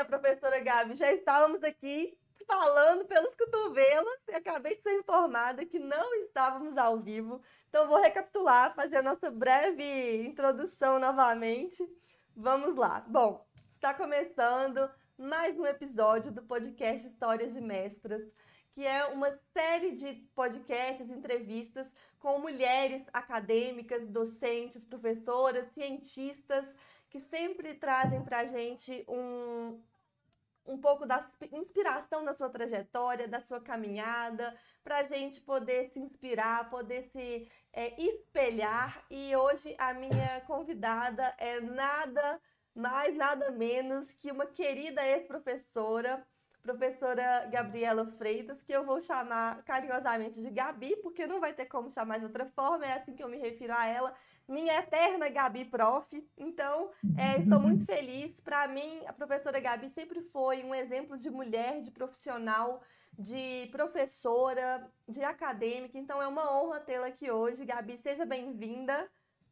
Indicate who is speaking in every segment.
Speaker 1: a professora Gabi, já estávamos aqui falando pelos cotovelos e acabei de ser informada que não estávamos ao vivo. Então, vou recapitular, fazer a nossa breve introdução novamente. Vamos lá. Bom, está começando mais um episódio do podcast Histórias de Mestras, que é uma série de podcasts, entrevistas com mulheres acadêmicas, docentes, professoras, cientistas, que sempre trazem para a gente um pouco da inspiração da sua trajetória, da sua caminhada, para a gente poder se inspirar, poder se espelhar. E hoje a minha convidada é nada mais, nada menos que uma querida ex-professora, professora Gabriela Freitas, que eu vou chamar carinhosamente de Gabi, porque não vai ter como chamar de outra forma, é assim que eu me refiro a ela, minha eterna Gabi Prof. Então, estou muito feliz. Para mim, a professora Gabi sempre foi um exemplo de mulher, de profissional, de professora, de acadêmica. Então, é uma honra tê-la aqui hoje. Gabi, seja bem-vinda.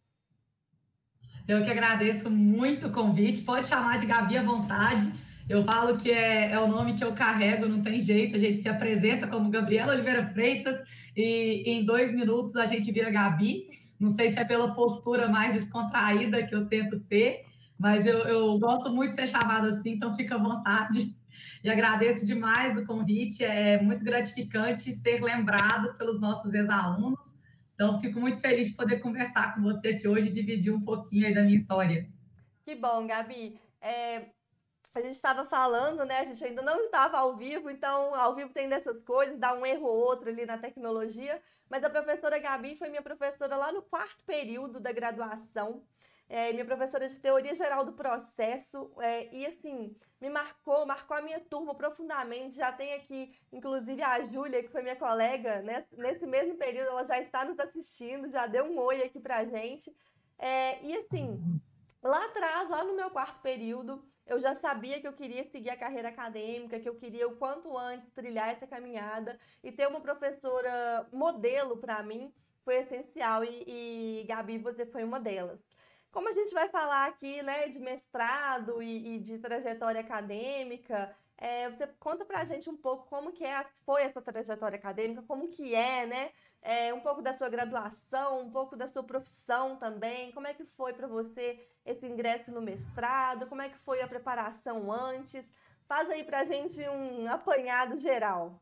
Speaker 2: Eu que agradeço muito o convite. Pode chamar de Gabi à vontade. Eu falo que é o nome que eu carrego, não tem jeito. A gente se apresenta como Gabriela Oliveira Freitas e em 2 minutos a gente vira Gabi. Não sei se é pela postura mais descontraída que eu tento ter, mas eu gosto muito de ser chamada assim, então fica à vontade. E agradeço demais o convite. É muito gratificante ser lembrado pelos nossos ex-alunos. Então, fico muito feliz de poder conversar com você aqui hoje e dividir um pouquinho aí da minha história.
Speaker 1: Que bom, Gabi. A gente estava falando, né? A gente ainda não estava ao vivo, então ao vivo tem dessas coisas, dá um erro ou outro ali na tecnologia. Mas a professora Gabi foi minha professora lá no quarto período da graduação, minha professora de teoria geral do processo, e assim, marcou a minha turma profundamente. Já tem aqui, inclusive, a Júlia, que foi minha colega, né? Nesse mesmo período, ela já está nos assistindo, já deu um oi aqui pra gente. E assim, lá atrás, lá no meu quarto período, eu já sabia que eu queria seguir a carreira acadêmica, que eu queria o quanto antes trilhar essa caminhada e ter uma professora modelo para mim foi essencial e Gabi, você foi uma delas. Como a gente vai falar aqui, né, de mestrado e de trajetória acadêmica, você conta pra gente um pouco como que foi a sua trajetória acadêmica, como que é, né? Um pouco da sua graduação, um pouco da sua profissão também, como é que foi para você esse ingresso no mestrado, como é que foi a preparação antes? Faz aí pra gente um apanhado geral.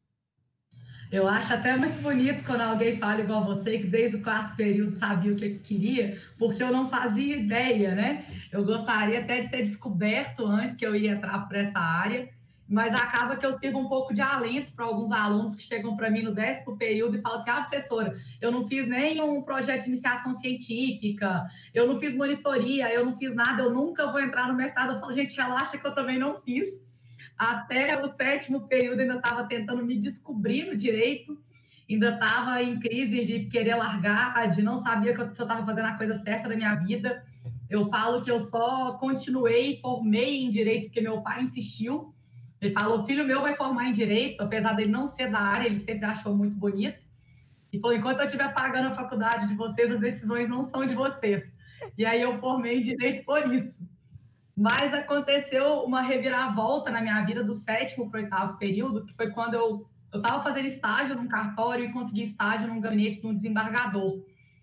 Speaker 2: Eu acho até muito bonito quando alguém fala igual você, que desde o quarto período sabia o que queria, porque eu não fazia ideia, né? Eu gostaria até de ter descoberto antes que eu ia entrar por essa área, mas acaba que eu sirvo um pouco de alento para alguns alunos que chegam para mim no 10º período e falam assim: ah, professora, eu não fiz nenhum projeto de iniciação científica, eu não fiz monitoria, eu não fiz nada, eu nunca vou entrar no mestrado. Eu falo, gente, relaxa que eu também não fiz. Até o 7º período ainda estava tentando me descobrir no direito, ainda estava em crise de querer largar, de não sabia se eu estava fazendo a coisa certa da minha vida. Eu falo que eu só continuei e formei em direito porque meu pai insistiu. Ele falou: filho meu vai formar em direito, apesar dele não ser da área, ele sempre achou muito bonito. E falou: enquanto eu estiver pagando a faculdade de vocês, as decisões não são de vocês. E aí eu formei em direito por isso. Mas aconteceu uma reviravolta na minha vida do 7º para o 8º período, que foi quando eu estava fazendo estágio num cartório e consegui estágio num gabinete de um desembargador.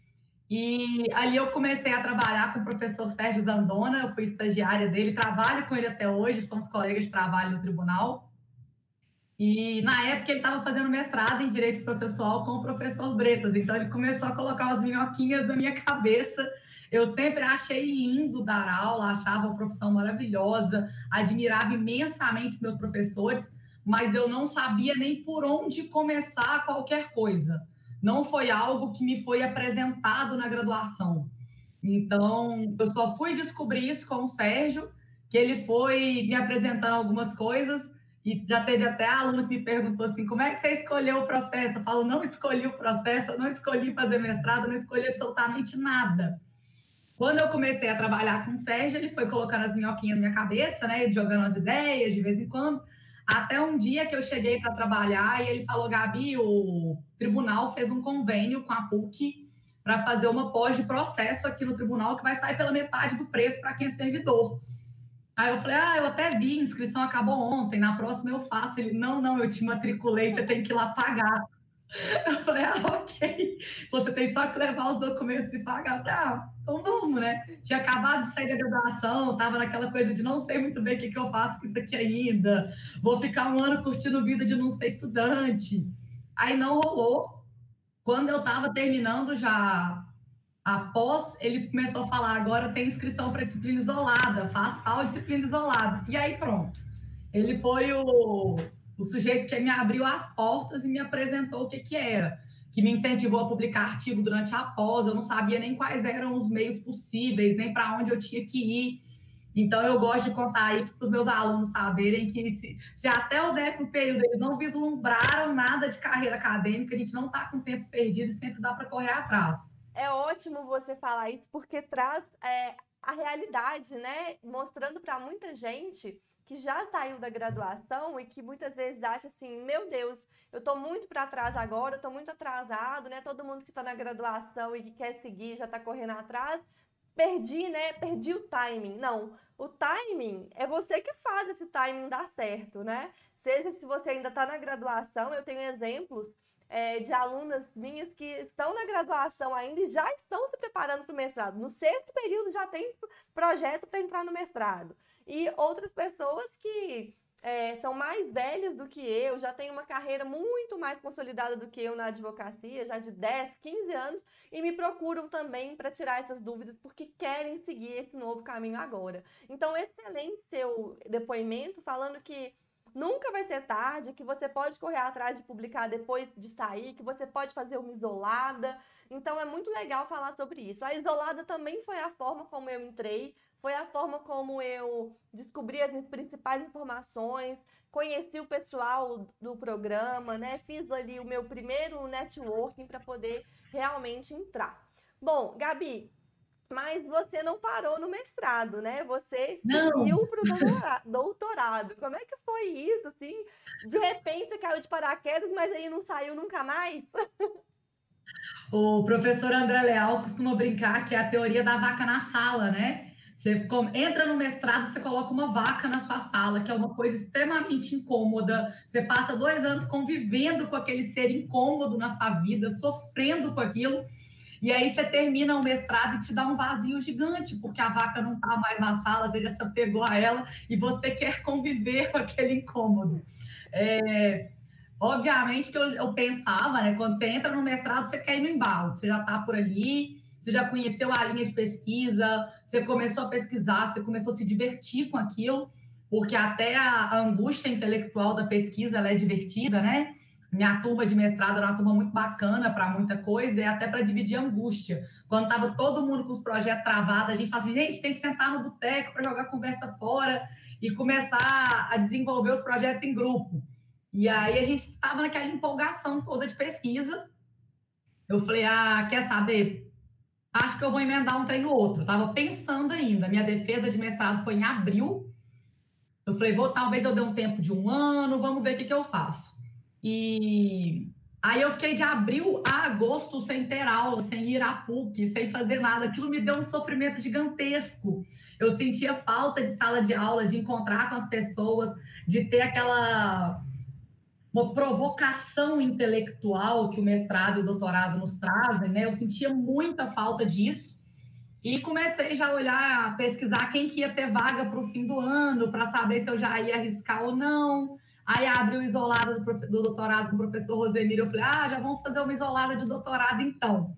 Speaker 2: E ali eu comecei a trabalhar com o professor Sérgio Zandona, eu fui estagiária dele, trabalho com ele até hoje, somos colegas de trabalho no tribunal. E na época ele estava fazendo mestrado em Direito Processual com o professor Bretas, então ele começou a colocar as minhoquinhas na minha cabeça. Eu sempre achei lindo dar aula, achava a profissão maravilhosa, admirava imensamente os meus professores, mas eu não sabia nem por onde começar qualquer coisa. Não foi algo que me foi apresentado na graduação. Então, eu só fui descobrir isso com o Sérgio, que ele foi me apresentando algumas coisas, e já teve até aluno que me perguntou assim: como é que você escolheu o processo? Eu falo: não escolhi o processo, eu não escolhi fazer mestrado, não escolhi absolutamente nada. Quando eu comecei a trabalhar com o Sérgio, ele foi colocando as minhoquinhas na minha cabeça, né, jogando as ideias de vez em quando, até um dia que eu cheguei para trabalhar e ele falou: Gabi, o tribunal fez um convênio com a PUC para fazer uma pós de processo aqui no tribunal que vai sair pela metade do preço para quem é servidor. Aí eu falei, eu até vi, a inscrição acabou ontem, na próxima eu faço. Ele, não, eu te matriculei, você tem que ir lá pagar. Eu falei, ok, você tem só que levar os documentos e pagar. Eu falei, então vamos, né? Tinha acabado de sair da graduação, tava naquela coisa de não sei muito bem o que eu faço com isso aqui ainda, vou ficar um ano curtindo vida de não ser estudante. Aí não rolou. Quando eu tava terminando já após, ele começou a falar, agora tem inscrição para disciplina isolada, faz tal disciplina isolada. E aí pronto. Ele foi o sujeito que me abriu as portas e me apresentou o que era, que me incentivou a publicar artigo durante a pós, eu não sabia nem quais eram os meios possíveis, nem para onde eu tinha que ir. Então, eu gosto de contar isso para os meus alunos saberem que se até o 10º período eles não vislumbraram nada de carreira acadêmica, a gente não está com tempo perdido e sempre dá para correr atrás.
Speaker 1: É ótimo você falar isso porque traz a realidade, né? Mostrando para muita gente que já saiu da graduação e que muitas vezes acha assim, meu Deus, eu estou muito para trás agora, estou muito atrasado, né? Todo mundo que está na graduação e que quer seguir já está correndo atrás. Perdi, né? Perdi o timing. Não, o timing é você que faz esse timing dar certo, né? Seja se você ainda está na graduação, eu tenho exemplos de alunas minhas que estão na graduação ainda e já estão se preparando para o mestrado. No 6º período já tem projeto para entrar no mestrado. E outras pessoas que são mais velhas do que eu, já têm uma carreira muito mais consolidada do que eu na advocacia, já de 10, 15 anos, e me procuram também para tirar essas dúvidas, porque querem seguir esse novo caminho agora. Então, excelente seu depoimento, falando que nunca vai ser tarde, que você pode correr atrás de publicar depois de sair, que você pode fazer uma isolada. Então é muito legal falar sobre isso. A isolada também foi a forma como eu entrei, foi a forma como eu descobri as principais informações, conheci o pessoal do programa, né? Fiz ali o meu primeiro networking para poder realmente entrar. Bom, Gabi, mas você não parou no mestrado, né? Você
Speaker 2: Não,
Speaker 1: seguiu para o doutorado. Como é que foi isso, assim? De repente você caiu de paraquedas, mas aí não saiu nunca mais?
Speaker 2: o professor André Leal costuma brincar que é a teoria da vaca na sala, né? Você entra no mestrado, você coloca uma vaca na sua sala, que é uma coisa extremamente incômoda. Você passa 2 anos convivendo com aquele ser incômodo na sua vida, sofrendo com aquilo. E aí você termina o mestrado e te dá um vazio gigante, porque a vaca não está mais na sala, você já se apegou a ela e você quer conviver com aquele incômodo. Obviamente que eu pensava, né? Quando você entra no mestrado, você quer ir no embalo, você já está por ali, você já conheceu a linha de pesquisa, você começou a pesquisar, você começou a se divertir com aquilo, porque até a angústia intelectual da pesquisa ela é divertida, né? Minha turma de mestrado era uma turma muito bacana para muita coisa e até para dividir angústia. Quando estava todo mundo com os projetos travados, a gente fala assim, gente, tem que sentar no boteco para jogar conversa fora e começar a desenvolver os projetos em grupo. E aí a gente estava naquela empolgação toda de pesquisa. Eu falei, quer saber? Acho que eu vou emendar um trem no outro. Estava pensando ainda. Minha defesa de mestrado foi em abril. Eu falei, talvez eu dê um tempo de 1 ano, vamos ver o que eu faço. E aí eu fiquei de abril a agosto sem ter aula, sem ir à PUC, sem fazer nada. Aquilo me deu um sofrimento gigantesco. Eu sentia falta de sala de aula, de encontrar com as pessoas, de ter aquela uma provocação intelectual que o mestrado e o doutorado nos trazem, né? Eu sentia muita falta disso e comecei já a olhar, pesquisar quem que ia ter vaga para o fim do ano, para saber se eu já ia arriscar ou não. Aí abriu isolada do doutorado com o professor Rosemiro, eu falei, já vamos fazer uma isolada de doutorado então.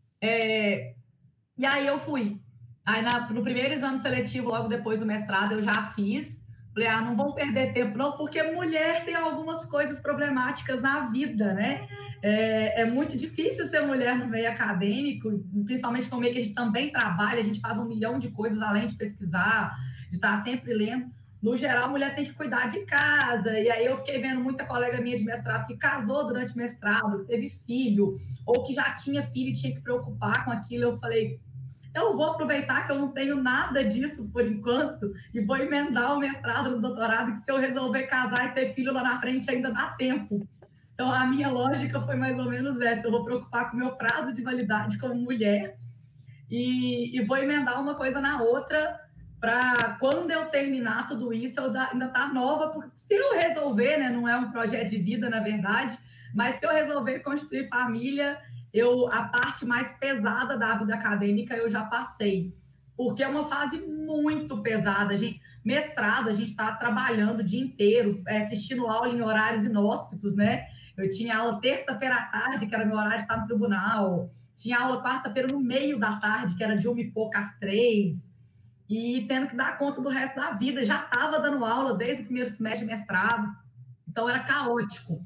Speaker 2: E aí eu fui. Aí no primeiro exame seletivo, logo depois do mestrado, eu já fiz. Falei, não vamos perder tempo, não, porque mulher tem algumas coisas problemáticas na vida, né? É muito difícil ser mulher no meio acadêmico, principalmente no meio que a gente também trabalha, a gente faz 1 milhão de coisas além de pesquisar, de estar sempre lendo. No geral, a mulher tem que cuidar de casa. E aí eu fiquei vendo muita colega minha de mestrado que casou durante o mestrado, que teve filho, ou que já tinha filho e tinha que preocupar com aquilo. Eu falei, eu vou aproveitar que eu não tenho nada disso por enquanto e vou emendar o mestrado no doutorado, que se eu resolver casar e ter filho lá na frente ainda dá tempo. Então, a minha lógica foi mais ou menos essa. Eu vou preocupar com o meu prazo de validade como mulher e vou emendar uma coisa na outra para quando eu terminar tudo isso, eu ainda estar nova, porque se eu resolver, né, não é um projeto de vida, na verdade, mas se eu resolver constituir família, a parte mais pesada da vida acadêmica eu já passei, porque é uma fase muito pesada, gente. Mestrado, a gente está trabalhando o dia inteiro, assistindo aula em horários inóspitos, né? Eu tinha aula terça-feira à tarde, que era meu horário de estar no tribunal, tinha aula quarta-feira no meio da tarde, que era de 1h pouco às 3h, e tendo que dar conta do resto da vida. Já estava dando aula desde o primeiro semestre de mestrado, então era caótico.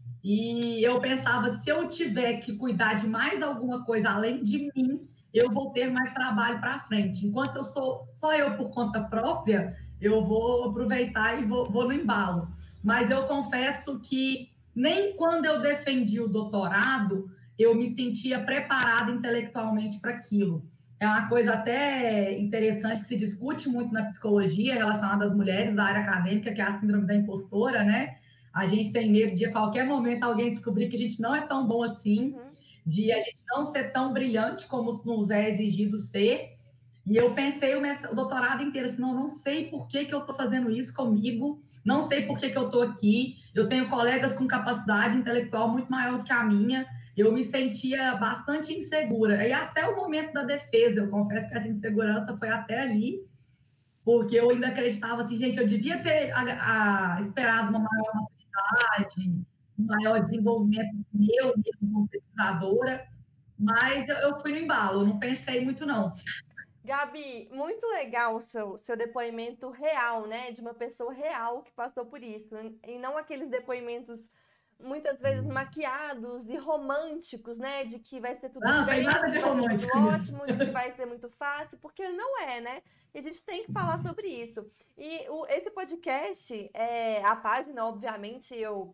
Speaker 2: E eu pensava, se eu tiver que cuidar de mais alguma coisa além de mim, eu vou ter mais trabalho para frente. Enquanto eu sou só eu por conta própria, eu vou aproveitar e vou no embalo. Mas eu confesso que nem quando eu defendi o doutorado, eu me sentia preparada intelectualmente para aquilo. É uma coisa até interessante que se discute muito na psicologia relacionada às mulheres da área acadêmica, que é a síndrome da impostora, né? A gente tem medo de a qualquer momento alguém descobrir que a gente não é tão bom assim, de a gente não ser tão brilhante como nos é exigido ser. E eu pensei o doutorado inteiro assim, não sei por que eu estou fazendo isso comigo, não sei por que eu estou aqui. Eu tenho colegas com capacidade intelectual muito maior do que a minha. Eu me sentia bastante insegura. E até o momento da defesa, eu confesso que essa insegurança foi até ali, porque eu ainda acreditava assim, gente, eu devia ter esperado uma maior maturidade, um maior desenvolvimento meu mesmo como pesquisadora, mas eu fui no embalo, eu não pensei muito, não.
Speaker 1: Gabi, muito legal o seu depoimento real, né? De uma pessoa real que passou por isso. E não aqueles depoimentos muitas vezes maquiados e românticos, né? De que vai ser tudo
Speaker 2: Não, tem
Speaker 1: bem,
Speaker 2: nada
Speaker 1: de
Speaker 2: de
Speaker 1: que vai ser tudo
Speaker 2: romântico nisso.
Speaker 1: ótimo, de que vai ser muito fácil, porque não é, né? E a gente tem que falar sobre isso. E esse podcast, a página, obviamente, eu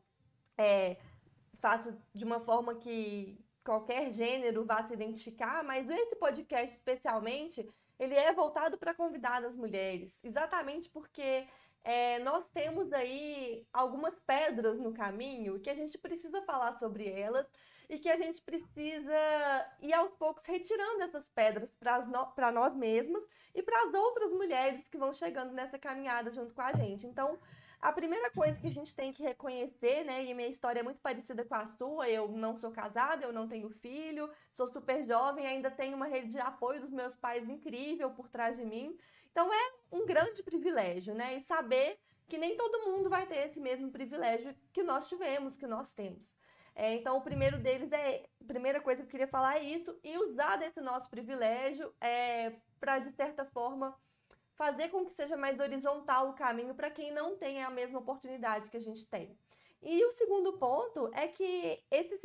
Speaker 1: é, faço de uma forma que qualquer gênero vá se identificar, mas esse podcast especialmente, ele é voltado para convidadas mulheres, exatamente porque nós temos aí algumas pedras no caminho que a gente precisa falar sobre elas e que a gente precisa ir aos poucos retirando essas pedras para nós mesmos e para as outras mulheres que vão chegando nessa caminhada junto com a gente. Então, a primeira coisa que a gente tem que reconhecer, né, e minha história é muito parecida com a sua, eu não sou casada, eu não tenho filho, sou super jovem, ainda tenho uma rede de apoio dos meus pais incrível por trás de mim. Então é um grande privilégio, né? E saber que nem todo mundo vai ter esse mesmo privilégio que nós tivemos, que nós temos. Então, o primeiro deles a primeira coisa que eu queria falar é isso, e usar desse nosso privilégio para, de certa forma, fazer com que seja mais horizontal o caminho para quem não tem a mesma oportunidade que a gente tem. E o segundo ponto é que esse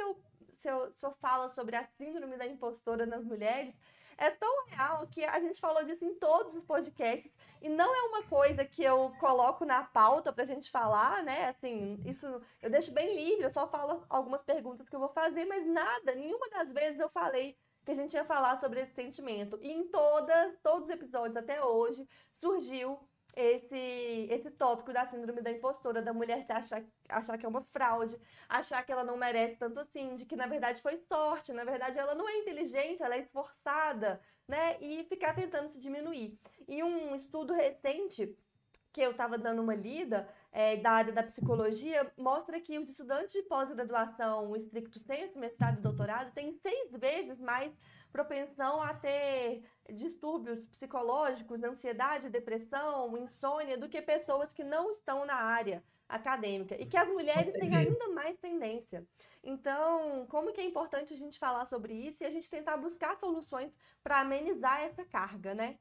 Speaker 1: sua fala sobre a síndrome da impostora nas mulheres é tão real que a gente falou disso em todos os podcasts e não é uma coisa que eu coloco na pauta para a gente falar, né? Assim, isso eu deixo bem livre, eu só falo algumas perguntas que eu vou fazer, mas nada, nenhuma das vezes eu falei que a gente ia falar sobre esse sentimento. E em todos os episódios até hoje surgiu esse tópico da síndrome da impostora, da mulher se achar que é uma fraude, achar que ela não merece tanto assim, de que na verdade foi sorte, na verdade ela não é inteligente, ela é esforçada, né? E ficar tentando se diminuir. E um estudo recente que eu estava dando uma lida da área da psicologia, mostra que os estudantes de pós-graduação, estricto senso, mestrado e doutorado, têm 6 vezes mais propensão a ter distúrbios psicológicos, ansiedade, depressão, insônia, do que pessoas que não estão na área acadêmica. E que as mulheres têm ainda mais tendência. Então, como que é importante a gente falar sobre isso e a gente tentar buscar soluções para amenizar essa carga, né?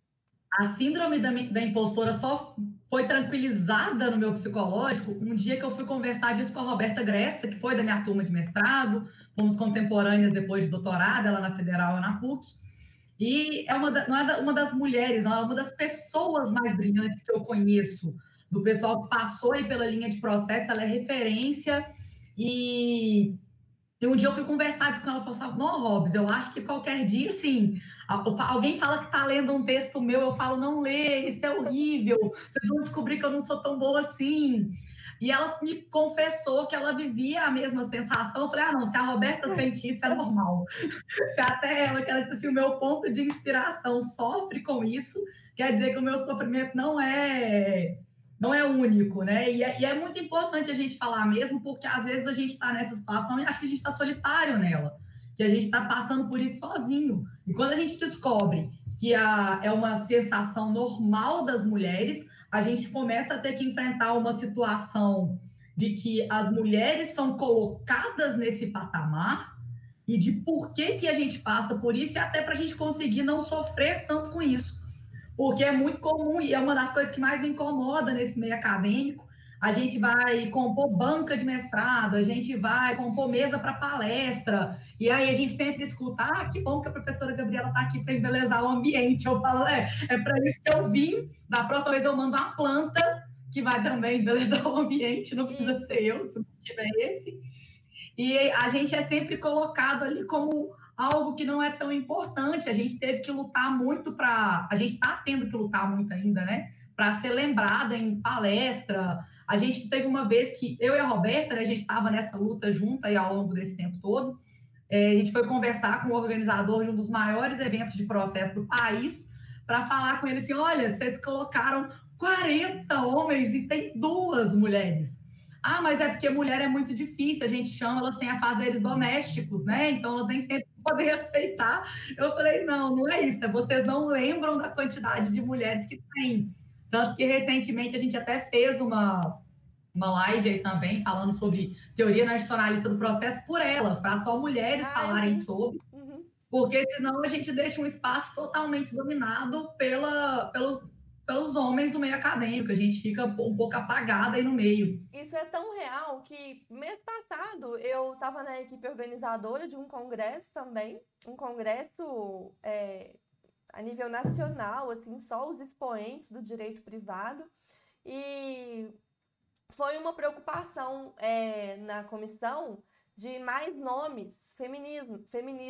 Speaker 2: A síndrome da impostora só foi tranquilizada no meu psicológico um dia que eu fui conversar disso com a Roberta Gresta, que foi da minha turma de mestrado, fomos contemporâneas depois de doutorado, ela na Federal e na PUC, e não é uma das mulheres, não, é uma das pessoas mais brilhantes que eu conheço, do pessoal que passou aí pela linha de processo, ela é referência, e um dia eu fui conversar com ela e falei assim, não, Robs, eu acho que qualquer dia, assim, alguém fala que está lendo um texto meu, eu falo, não lê, isso é horrível, vocês vão descobrir que eu não sou tão boa assim. E ela me confessou que ela vivia a mesma sensação. Eu falei, não, se a Roberta sente isso, é normal. Se até ela, que era assim, o meu ponto de inspiração, sofre com isso, quer dizer que o meu sofrimento não é único, né? E é muito importante a gente falar mesmo, porque às vezes a gente está nessa situação e acha que a gente está solitário nela, que a gente está passando por isso sozinho. E quando a gente descobre que é uma sensação normal das mulheres, a gente começa a ter que enfrentar uma situação de que as mulheres são colocadas nesse patamar e de por que a gente passa por isso e até para a gente conseguir não sofrer tanto com isso. Porque é muito comum e é uma das coisas que mais me incomoda nesse meio acadêmico. A gente vai compor banca de mestrado, a gente vai compor mesa para palestra, e aí a gente sempre escuta, que bom que a professora Gabriela está aqui para embelezar o ambiente. Eu falo, é para isso que eu vim, da próxima vez eu mando uma planta que vai também embelezar o ambiente, não precisa ser eu, se não tiver esse. E a gente é sempre colocado ali como algo que não é tão importante. A gente teve que lutar muito para. A gente está tendo que lutar muito ainda, né? Para ser lembrada em palestra. A gente teve uma vez que eu e a Roberta, né, a gente estava nessa luta junto aí ao longo desse tempo todo. A gente foi conversar com o organizador de um dos maiores eventos de processo do país para falar com ele assim: olha, vocês colocaram 40 homens e tem 2 mulheres. Mas é porque mulher é muito difícil, a gente chama, elas têm afazeres domésticos, né? Então elas nem sempre podem aceitar. Eu falei, não é isso, vocês não lembram da quantidade de mulheres que tem. Tanto que recentemente a gente até fez uma live aí também falando sobre teoria nacionalista do processo por elas, para só mulheres falarem sobre, porque senão a gente deixa um espaço totalmente dominado pelos homens do meio acadêmico, a gente fica um pouco apagada aí no meio.
Speaker 1: Isso é tão real que mês passado eu estava na equipe organizadora de um congresso também, um congresso a nível nacional, assim, só os expoentes do direito privado, e foi uma preocupação na comissão de mais nomes femininos.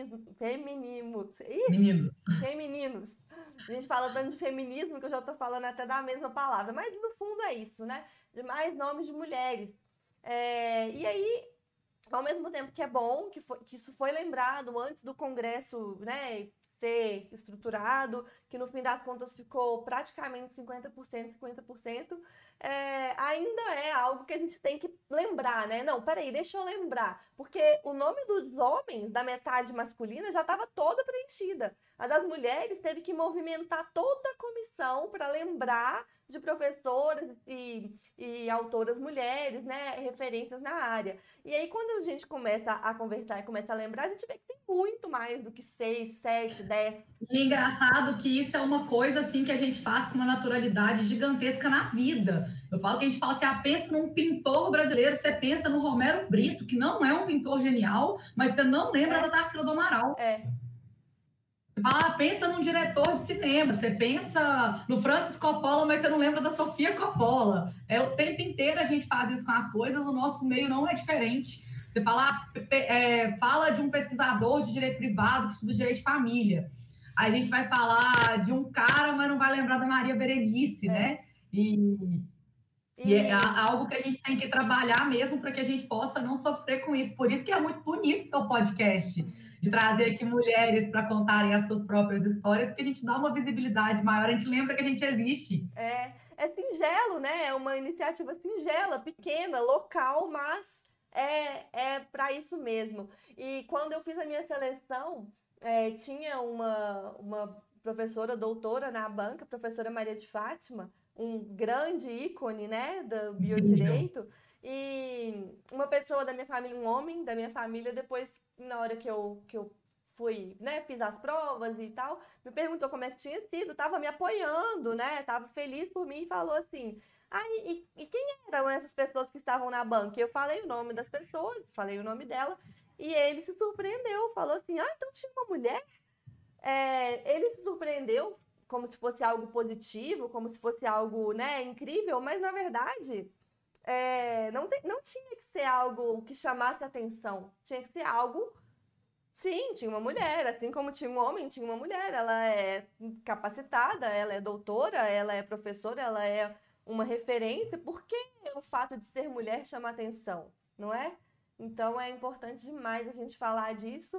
Speaker 1: A gente fala tanto de feminismo que eu já estou falando até da mesma palavra, mas no fundo é isso, né? De mais nomes de mulheres. E aí, ao mesmo tempo que é bom que isso foi lembrado antes do Congresso, né, ser estruturado, que no fim das contas ficou praticamente 50%, 50%, ainda é algo que a gente tem que lembrar, né? Não, peraí, deixa eu lembrar. Porque o nome dos homens, da metade masculina, já estava toda preenchida. A das mulheres teve que movimentar toda a comissão para lembrar de professoras e autoras mulheres, né? Referências na área. E aí, quando a gente começa a conversar e começa a lembrar, a gente vê que tem muito mais do que 6, 7, 10.
Speaker 2: E é engraçado que isso é uma coisa assim que a gente faz com uma naturalidade gigantesca na vida. Eu falo que a gente fala assim, pensa num pintor brasileiro, você pensa no Romero Brito, que não é um pintor genial, mas você não lembra da Tarsila do Amaral. Pensa num diretor de cinema, você pensa no Francis Coppola, mas você não lembra da Sofia Coppola. O tempo inteiro a gente faz isso com as coisas, o nosso meio não é diferente. Você fala de um pesquisador de direito privado que estuda direito de família. A gente vai falar de um cara, mas não vai lembrar da Maria Berenice, né? E é algo que a gente tem que trabalhar mesmo para que a gente possa não sofrer com isso. Por isso que é muito bonito o seu podcast, de trazer aqui mulheres para contarem as suas próprias histórias, porque a gente dá uma visibilidade maior, a gente lembra que a gente existe.
Speaker 1: É singelo, né? É uma iniciativa singela, pequena, local, mas é para isso mesmo. E quando eu fiz a minha seleção, tinha uma professora doutora na banca, a professora Maria de Fátima, um grande ícone, né, do biodireito, e uma pessoa da minha família, um homem da minha família, depois, na hora que eu fui, né, fiz as provas e tal, me perguntou como é que tinha sido, tava me apoiando, né, tava feliz por mim e falou assim, e quem eram essas pessoas que estavam na banca? Eu falei o nome das pessoas, falei o nome dela, e ele se surpreendeu, falou assim, então tinha uma mulher? Ele se surpreendeu como se fosse algo positivo, como se fosse algo, né, incrível, mas na verdade não tinha que ser algo que chamasse atenção, tinha que ser algo. Sim, tinha uma mulher, assim como tinha um homem, tinha uma mulher. Ela é capacitada, ela é doutora, ela é professora, ela é uma referência. Por que o fato de ser mulher chama atenção, não é? Então é importante demais a gente falar disso.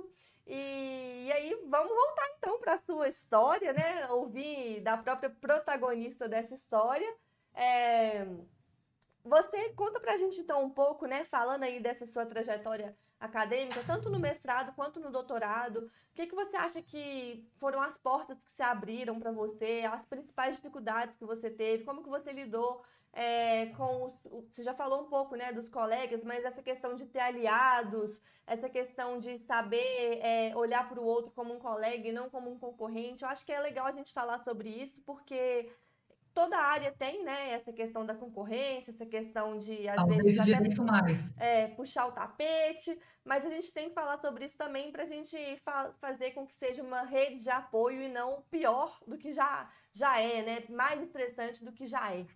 Speaker 1: E aí, vamos voltar então para a sua história, né? Ouvir da própria protagonista dessa história. É, Você conta pra gente então um pouco, né, falando aí dessa sua trajetória acadêmica, tanto no mestrado quanto no doutorado, o que que você acha que foram as portas que se abriram para você, as principais dificuldades que você teve, como que você lidou você já falou um pouco, né, dos colegas, mas essa questão de ter aliados, essa questão de saber olhar para o outro como um colega e não como um concorrente, eu acho que é legal a gente falar sobre isso, porque toda área tem, né, essa questão da concorrência, essa questão de, às vezes,
Speaker 2: Talvez eu diria
Speaker 1: até
Speaker 2: muito mais.
Speaker 1: puxar o tapete, mas a gente tem que falar sobre isso também para a gente fazer com que seja uma rede de apoio e não pior do que já é, né? Mais estressante do que já é.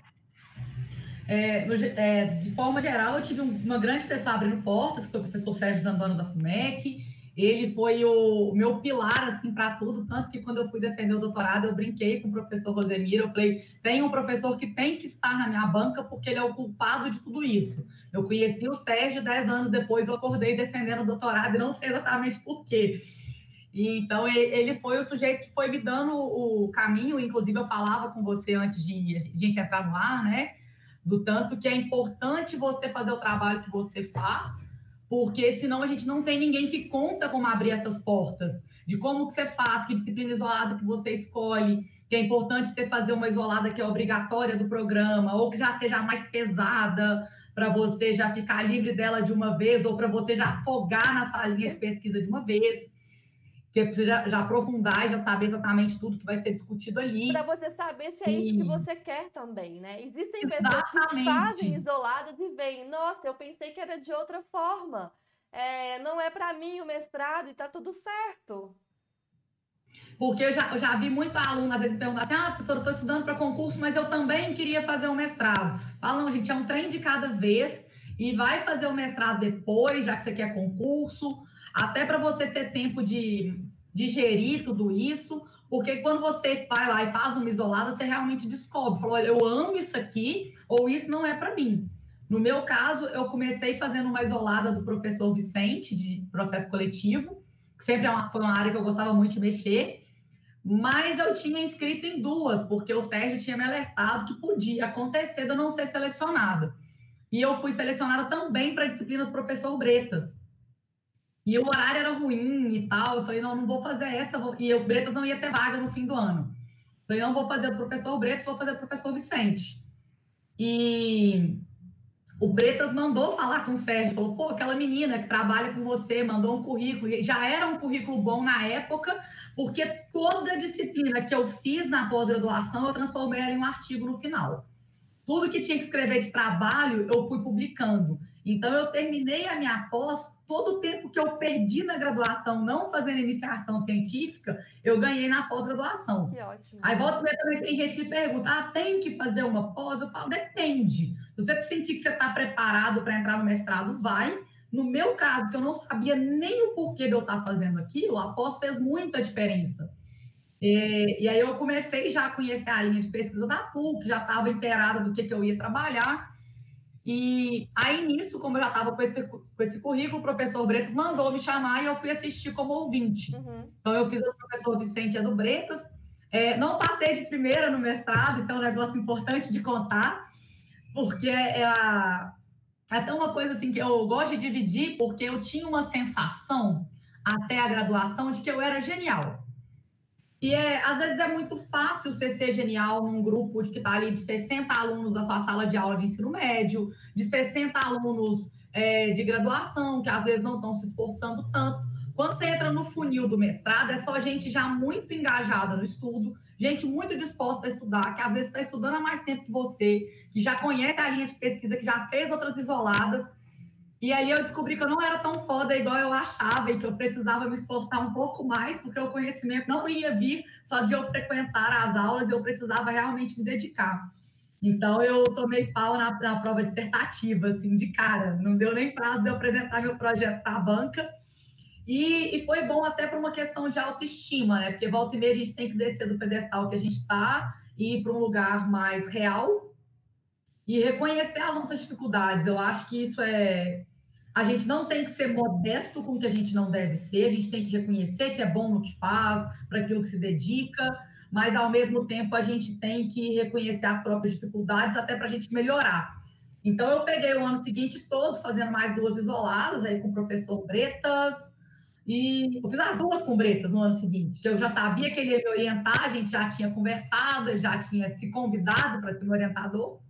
Speaker 2: De forma geral, eu tive uma grande pessoa abrindo portas, que foi o professor Sérgio Zambano da FUMEC. Ele foi o meu pilar assim para tudo, tanto que quando eu fui defender o doutorado, eu brinquei com o professor Rosemiro, eu falei, tem um professor que tem que estar na minha banca porque ele é o culpado de tudo isso. Eu conheci o Sérgio 10 anos depois, eu acordei defendendo o doutorado e não sei exatamente por quê. E, então, ele foi o sujeito que foi me dando o caminho, inclusive eu falava com você antes de a gente entrar no ar, né? Do tanto que é importante você fazer o trabalho que você faz, porque senão a gente não tem ninguém que conta como abrir essas portas, de como que você faz, que disciplina isolada que você escolhe, que é importante você fazer uma isolada que é obrigatória do programa, ou que já seja mais pesada, para você já ficar livre dela de uma vez, ou para você já afogar na sua linha de pesquisa de uma vez, que você já aprofundar e já saber exatamente tudo que vai ser discutido
Speaker 1: Para
Speaker 2: ali.
Speaker 1: você saber se é isso que
Speaker 2: E
Speaker 1: você quer também, né? Existem pessoas que fazem
Speaker 2: exatamente.
Speaker 1: isoladas e veem, nossa, eu pensei que era de outra forma. Não é para mim o mestrado e tá tudo certo.
Speaker 2: Porque eu já vi muita aluna, às vezes, perguntar assim: ah, professora, eu estou estudando para concurso, mas eu também queria fazer um mestrado. Fala, não, gente, é um trem de cada vez e vai fazer o mestrado depois, já que você quer concurso, até para você ter tempo de digerir tudo isso, porque quando você vai lá e faz uma isolada, você realmente descobre, falou, olha, eu amo isso aqui, ou isso não é para mim. No meu caso, eu comecei fazendo uma isolada do professor Vicente, de processo coletivo, que sempre foi uma área que eu gostava muito de mexer, mas eu tinha inscrito em duas, porque o Sérgio tinha me alertado que podia acontecer de eu não ser selecionada. E eu fui selecionada também para a disciplina do professor Bretas. E o horário era ruim e tal. Eu falei, não, não vou fazer essa. E o Bretas não ia ter vaga no fim do ano. Eu falei, não vou fazer o professor Bretas, vou fazer o professor Vicente. E o Bretas mandou falar com o Sérgio, falou, pô, aquela menina que trabalha com você, mandou um currículo, já era um currículo bom na época, porque toda a disciplina que eu fiz na pós-graduação, eu transformei ela em um artigo no final. Tudo que tinha que escrever de trabalho, eu fui publicando. Então, eu terminei a minha pós, todo o tempo que eu perdi na graduação, não fazendo iniciação científica, eu ganhei na pós-graduação.
Speaker 1: Que ótimo.
Speaker 2: Aí, volta e meia, também tem gente que pergunta, ah, tem que fazer uma pós? Eu falo, depende. Se você sentir que você está preparado para entrar no mestrado, vai. No meu caso, que eu não sabia nem o porquê de eu estar fazendo aquilo, a pós fez muita diferença. E aí eu comecei já a conhecer a linha de pesquisa da PUC, já estava inteirada do que eu ia trabalhar. E aí, nisso, como eu já estava com esse currículo, o professor Bretas mandou me chamar e eu fui assistir como ouvinte.
Speaker 1: Uhum.
Speaker 2: Então, eu fiz o professor Vicente Edu Bretas. Não passei de primeira no mestrado, isso é um negócio importante de contar, porque até uma coisa assim que eu gosto de dividir, porque eu tinha uma sensação até a graduação de que eu era genial. E às vezes é muito fácil você ser genial num grupo de que está ali de 60 alunos da sua sala de aula de ensino médio, de 60 alunos de graduação, que às vezes não estão se esforçando tanto. Quando você entra no funil do mestrado, é só gente já muito engajada no estudo, gente muito disposta a estudar, que às vezes está estudando há mais tempo que você, que já conhece a linha de pesquisa, que já fez outras isoladas. E aí eu descobri que eu não era tão foda igual eu achava e que eu precisava me esforçar um pouco mais, porque o conhecimento não ia vir só de eu frequentar as aulas, eu precisava realmente me dedicar. Então eu tomei pau na prova dissertativa, assim, de cara. Não deu nem prazo de eu apresentar meu projeto para a banca. E foi bom até para uma questão de autoestima, né? Porque volta e meia a gente tem que descer do pedestal que a gente está e ir para um lugar mais real e reconhecer as nossas dificuldades. Eu acho que isso é A gente não tem que ser modesto com o que a gente não deve ser, a gente tem que reconhecer que é bom no que faz, para aquilo que se dedica, mas ao mesmo tempo a gente tem que reconhecer as próprias dificuldades até para a gente melhorar. Então eu peguei o ano seguinte todo fazendo mais duas isoladas aí com o professor Bretas, e eu fiz as duas com Bretas no ano seguinte, que eu já sabia que ele ia me orientar, a gente já tinha conversado, ele já tinha se convidado para ser meu orientador,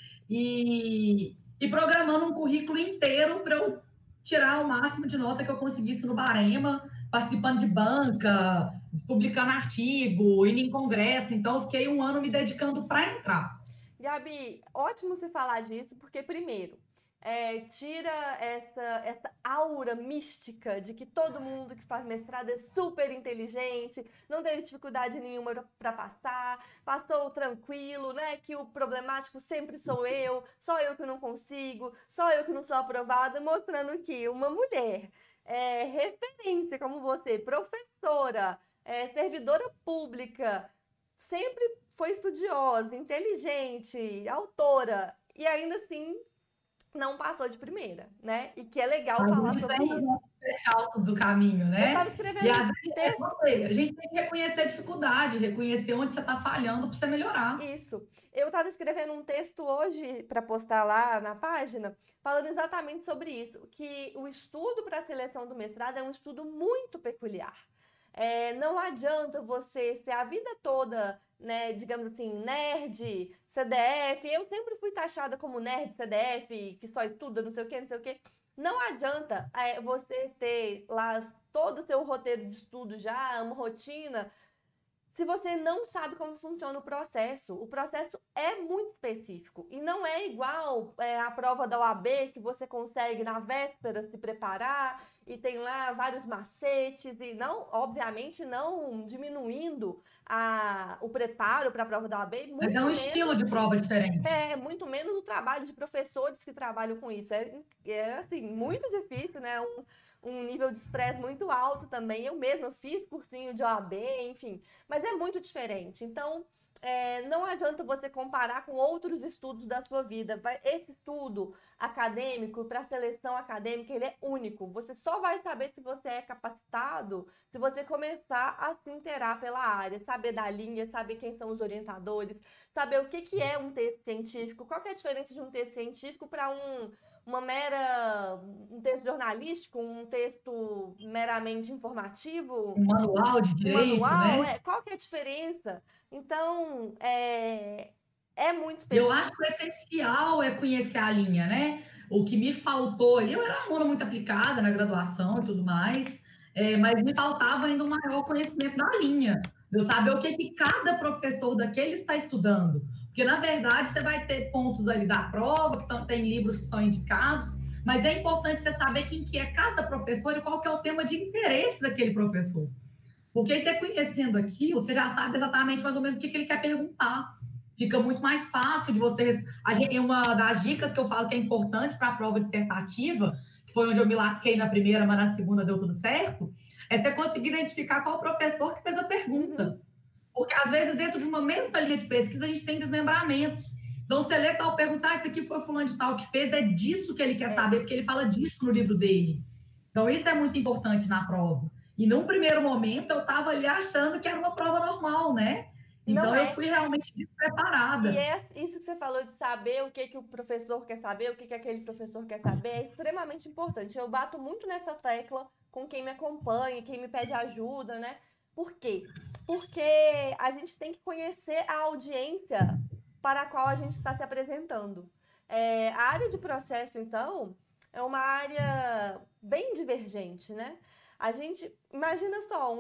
Speaker 2: e programando um currículo inteiro para eu tirar o máximo de nota que eu conseguisse no Barema, participando de banca, publicando artigo, indo em congresso. Então, eu fiquei um ano me dedicando para entrar.
Speaker 1: Gabi, ótimo você falar disso, porque, primeiro, tira essa aura mística de que todo mundo que faz mestrado é super inteligente, não teve dificuldade nenhuma para passar, passou tranquilo, né? Que o problemático sempre sou eu, só eu que não consigo, só eu que não sou aprovada, mostrando que uma mulher referência como você, professora, servidora pública, sempre foi estudiosa, inteligente, autora, e ainda assim não passou de primeira, né? E que é legal
Speaker 2: A
Speaker 1: falar
Speaker 2: gente
Speaker 1: sobre
Speaker 2: tem
Speaker 1: isso.
Speaker 2: os percalços do caminho,
Speaker 1: Eu estava
Speaker 2: né? E
Speaker 1: escrevendo
Speaker 2: às
Speaker 1: um
Speaker 2: vezes,
Speaker 1: texto.
Speaker 2: a gente tem que reconhecer a dificuldade, reconhecer onde você está falhando para você melhorar.
Speaker 1: Isso. Eu estava escrevendo um texto hoje para postar lá na página, falando exatamente sobre isso, que o estudo para a seleção do mestrado é um estudo muito peculiar. Não adianta você ser a vida toda, né, digamos assim, nerd, CDF. Eu sempre fui taxada como nerd, CDF, que só estuda, não sei o quê, não sei o quê. Não adianta você ter lá todo o seu roteiro de estudo já, uma rotina, se você não sabe como funciona o processo é muito específico e não é igual a prova da OAB que você consegue na véspera se preparar e tem lá vários macetes e não, obviamente, não diminuindo o preparo para a prova da OAB,
Speaker 2: Mas é um estilo de prova diferente.
Speaker 1: muito menos o trabalho de professores que trabalham com isso. Assim, muito difícil, né? Um nível de estresse muito alto também. Eu mesma fiz cursinho de OAB, enfim, mas é muito diferente. Então, não adianta você comparar com outros estudos da sua vida. Esse estudo acadêmico, para seleção acadêmica, ele é único. Você só vai saber se você é capacitado se você começar a se inteirar pela área, saber da linha, saber quem são os orientadores, saber o que, que é um texto científico, qual que é a diferença de um texto científico para um texto jornalístico, um texto meramente informativo,
Speaker 2: Um manual de
Speaker 1: um
Speaker 2: direito,
Speaker 1: manual,
Speaker 2: né?
Speaker 1: qual que é a diferença? Então, é muito
Speaker 2: E eu
Speaker 1: específico.
Speaker 2: acho que o essencial é conhecer a linha, né? O que me faltou ali, eu era uma aluna muito aplicada na graduação e tudo mais, mas me faltava ainda um maior conhecimento da linha, de eu saber o que, que cada professor daquele está estudando. Porque, na verdade, você vai ter pontos ali da prova, que tem livros que são indicados, mas é importante você saber quem que é cada professor e qual que é o tema de interesse daquele professor. Porque você conhecendo aqui, você já sabe exatamente mais ou menos o que, que ele quer perguntar. Fica muito mais fácil de você. Uma das dicas que eu falo que é importante para a prova dissertativa, que foi onde eu me lasquei na primeira, mas na segunda deu tudo certo, é você conseguir identificar qual professor que fez a
Speaker 1: Uhum.
Speaker 2: pergunta. Porque, às vezes, dentro de uma mesma linha de pesquisa, a gente tem desmembramentos. Então, você lê tal, pergunta, isso aqui foi fulano de tal que fez, é disso que ele quer
Speaker 1: É.
Speaker 2: saber, porque ele fala disso no livro dele. Então, isso é muito importante na prova. E num primeiro momento, eu estava ali achando que era uma prova normal, né?
Speaker 1: Não
Speaker 2: Então, eu
Speaker 1: é.
Speaker 2: fui realmente
Speaker 1: E
Speaker 2: despreparada.
Speaker 1: isso que você falou de saber o que que o professor quer saber, o que que aquele professor quer saber, é extremamente importante. Eu bato muito nessa tecla com quem me acompanha, quem me pede ajuda, né? Por quê? Porque a gente tem que conhecer a audiência para a qual a gente está se apresentando. A área de processo, então, é uma área bem divergente, né? A gente imagina só,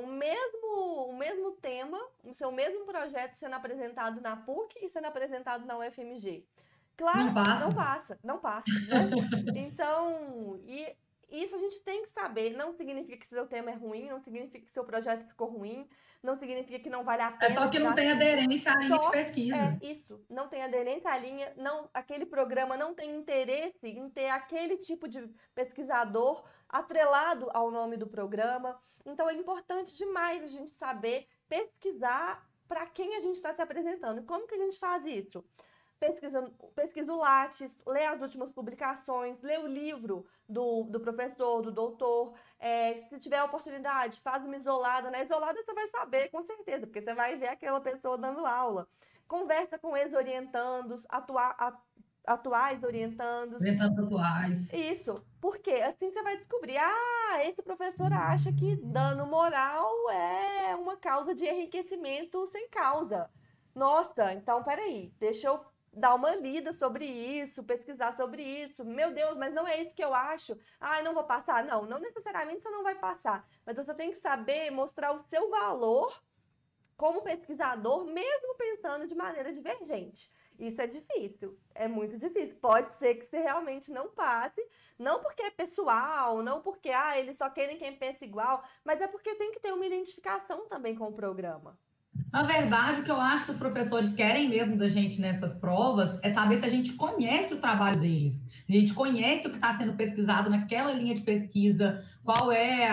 Speaker 1: o mesmo tema, o seu mesmo projeto sendo apresentado na PUC e sendo apresentado na UFMG. Claro,
Speaker 2: Não passa.
Speaker 1: não passa, não passa, né? Então, e isso a gente tem que saber. Não significa que seu tema é ruim, não significa que seu projeto ficou ruim, não significa que não vale a
Speaker 2: É
Speaker 1: pena
Speaker 2: só que não
Speaker 1: tirar
Speaker 2: tem
Speaker 1: 5.
Speaker 2: aderência à linha de
Speaker 1: Só é
Speaker 2: pesquisa.
Speaker 1: isso, não tem aderência à linha, não, aquele programa não tem interesse em ter aquele tipo de pesquisador atrelado ao nome do programa. Então é importante demais a gente saber pesquisar para quem a gente está se apresentando. E como que a gente faz isso? pesquisa o Lattes, lê as últimas publicações, lê o livro do professor, do doutor. Se tiver oportunidade, faz uma isolada. Na isolada você vai saber, com certeza, porque você vai ver aquela pessoa dando aula. Conversa com ex-orientandos, atuais orientandos.
Speaker 2: Orientando atuais.
Speaker 1: Isso, porque assim você vai descobrir, esse professor acha que dano moral é uma causa de enriquecimento sem causa. Nossa, então peraí, deixa eu dar uma lida sobre isso, pesquisar sobre isso. Meu Deus, mas não é isso que eu acho. Não vou passar. Não, não necessariamente você não vai passar, mas você tem que saber mostrar o seu valor como pesquisador, mesmo pensando de maneira divergente. Isso é difícil, é muito difícil. Pode ser que você realmente não passe, não porque é pessoal, não porque eles só querem quem pensa igual, mas é porque tem que ter uma identificação também com o programa.
Speaker 2: Na verdade, o que eu acho que os professores querem mesmo da gente nessas provas é saber se a gente conhece o trabalho deles, a gente conhece o que está sendo pesquisado naquela linha de pesquisa, qual é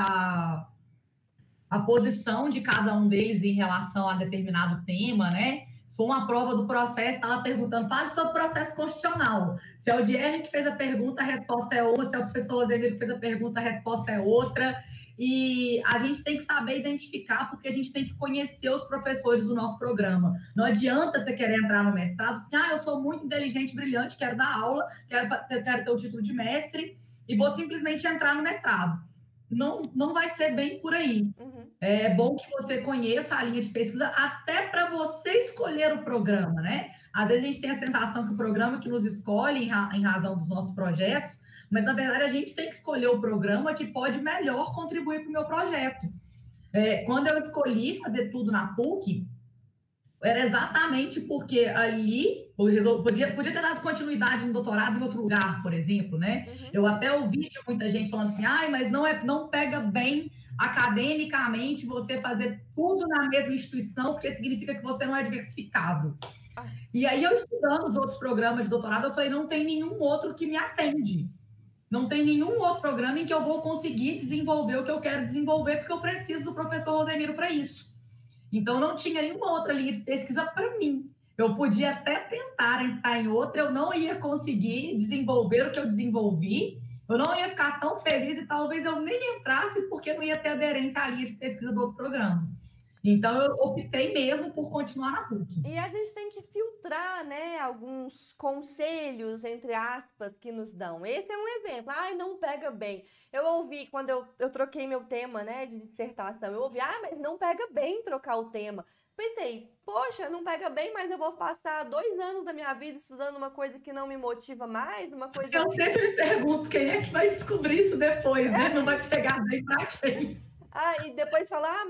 Speaker 2: a posição de cada um deles em relação a determinado tema, né? Se for uma prova do processo, está lá perguntando, fale sobre o processo constitucional. Se é o Dierre que fez a pergunta, a resposta é uma. Se é o professor Rosemiro que fez a pergunta, a resposta é outra. E a gente tem que saber identificar, porque a gente tem que conhecer os professores do nosso programa. Não adianta você querer entrar no mestrado assim, eu sou muito inteligente, brilhante, quero dar aula, quero ter o título de mestre, e vou simplesmente entrar no mestrado. Não vai ser bem por aí.
Speaker 1: Uhum.
Speaker 2: É bom que você conheça a linha de pesquisa até para você escolher o programa, né? Às vezes a gente tem a sensação que o programa que nos escolhe em razão dos nossos projetos, mas na verdade a gente tem que escolher o programa que pode melhor contribuir para o meu projeto. Quando eu escolhi fazer tudo na PUC, era exatamente porque ali podia ter dado continuidade no doutorado em outro lugar, por exemplo, né?
Speaker 1: Uhum.
Speaker 2: Eu até ouvi de muita gente falando assim, mas não pega bem academicamente você fazer tudo na mesma instituição, porque significa que você não é diversificado. E aí, eu estudando os outros programas de doutorado, eu falei, não tem nenhum outro que me atende. Não tem nenhum outro programa em que eu vou conseguir desenvolver o que eu quero desenvolver, porque eu preciso do professor Rosemiro para isso. Então, não tinha nenhuma outra linha de pesquisa para mim. Eu podia até tentar entrar em outra, eu não ia conseguir desenvolver o que eu desenvolvi, eu não ia ficar tão feliz e talvez eu nem entrasse porque não ia ter aderência à linha de pesquisa do outro programa. Então, eu optei mesmo por continuar na PUC.
Speaker 1: E a gente tem que filtrar, né, alguns conselhos, entre aspas, que nos dão. Esse é um exemplo. Não pega bem. Eu ouvi, quando eu troquei meu tema, né, de dissertação, eu ouvi, mas não pega bem trocar o tema. Pensei, poxa, não pega bem, mas eu vou passar 2 anos da minha vida estudando uma coisa que não me motiva mais, uma coisa...
Speaker 2: Eu sempre me pergunto quem é que vai descobrir isso depois, né? Não vai pegar bem pra quem?
Speaker 1: E depois falar,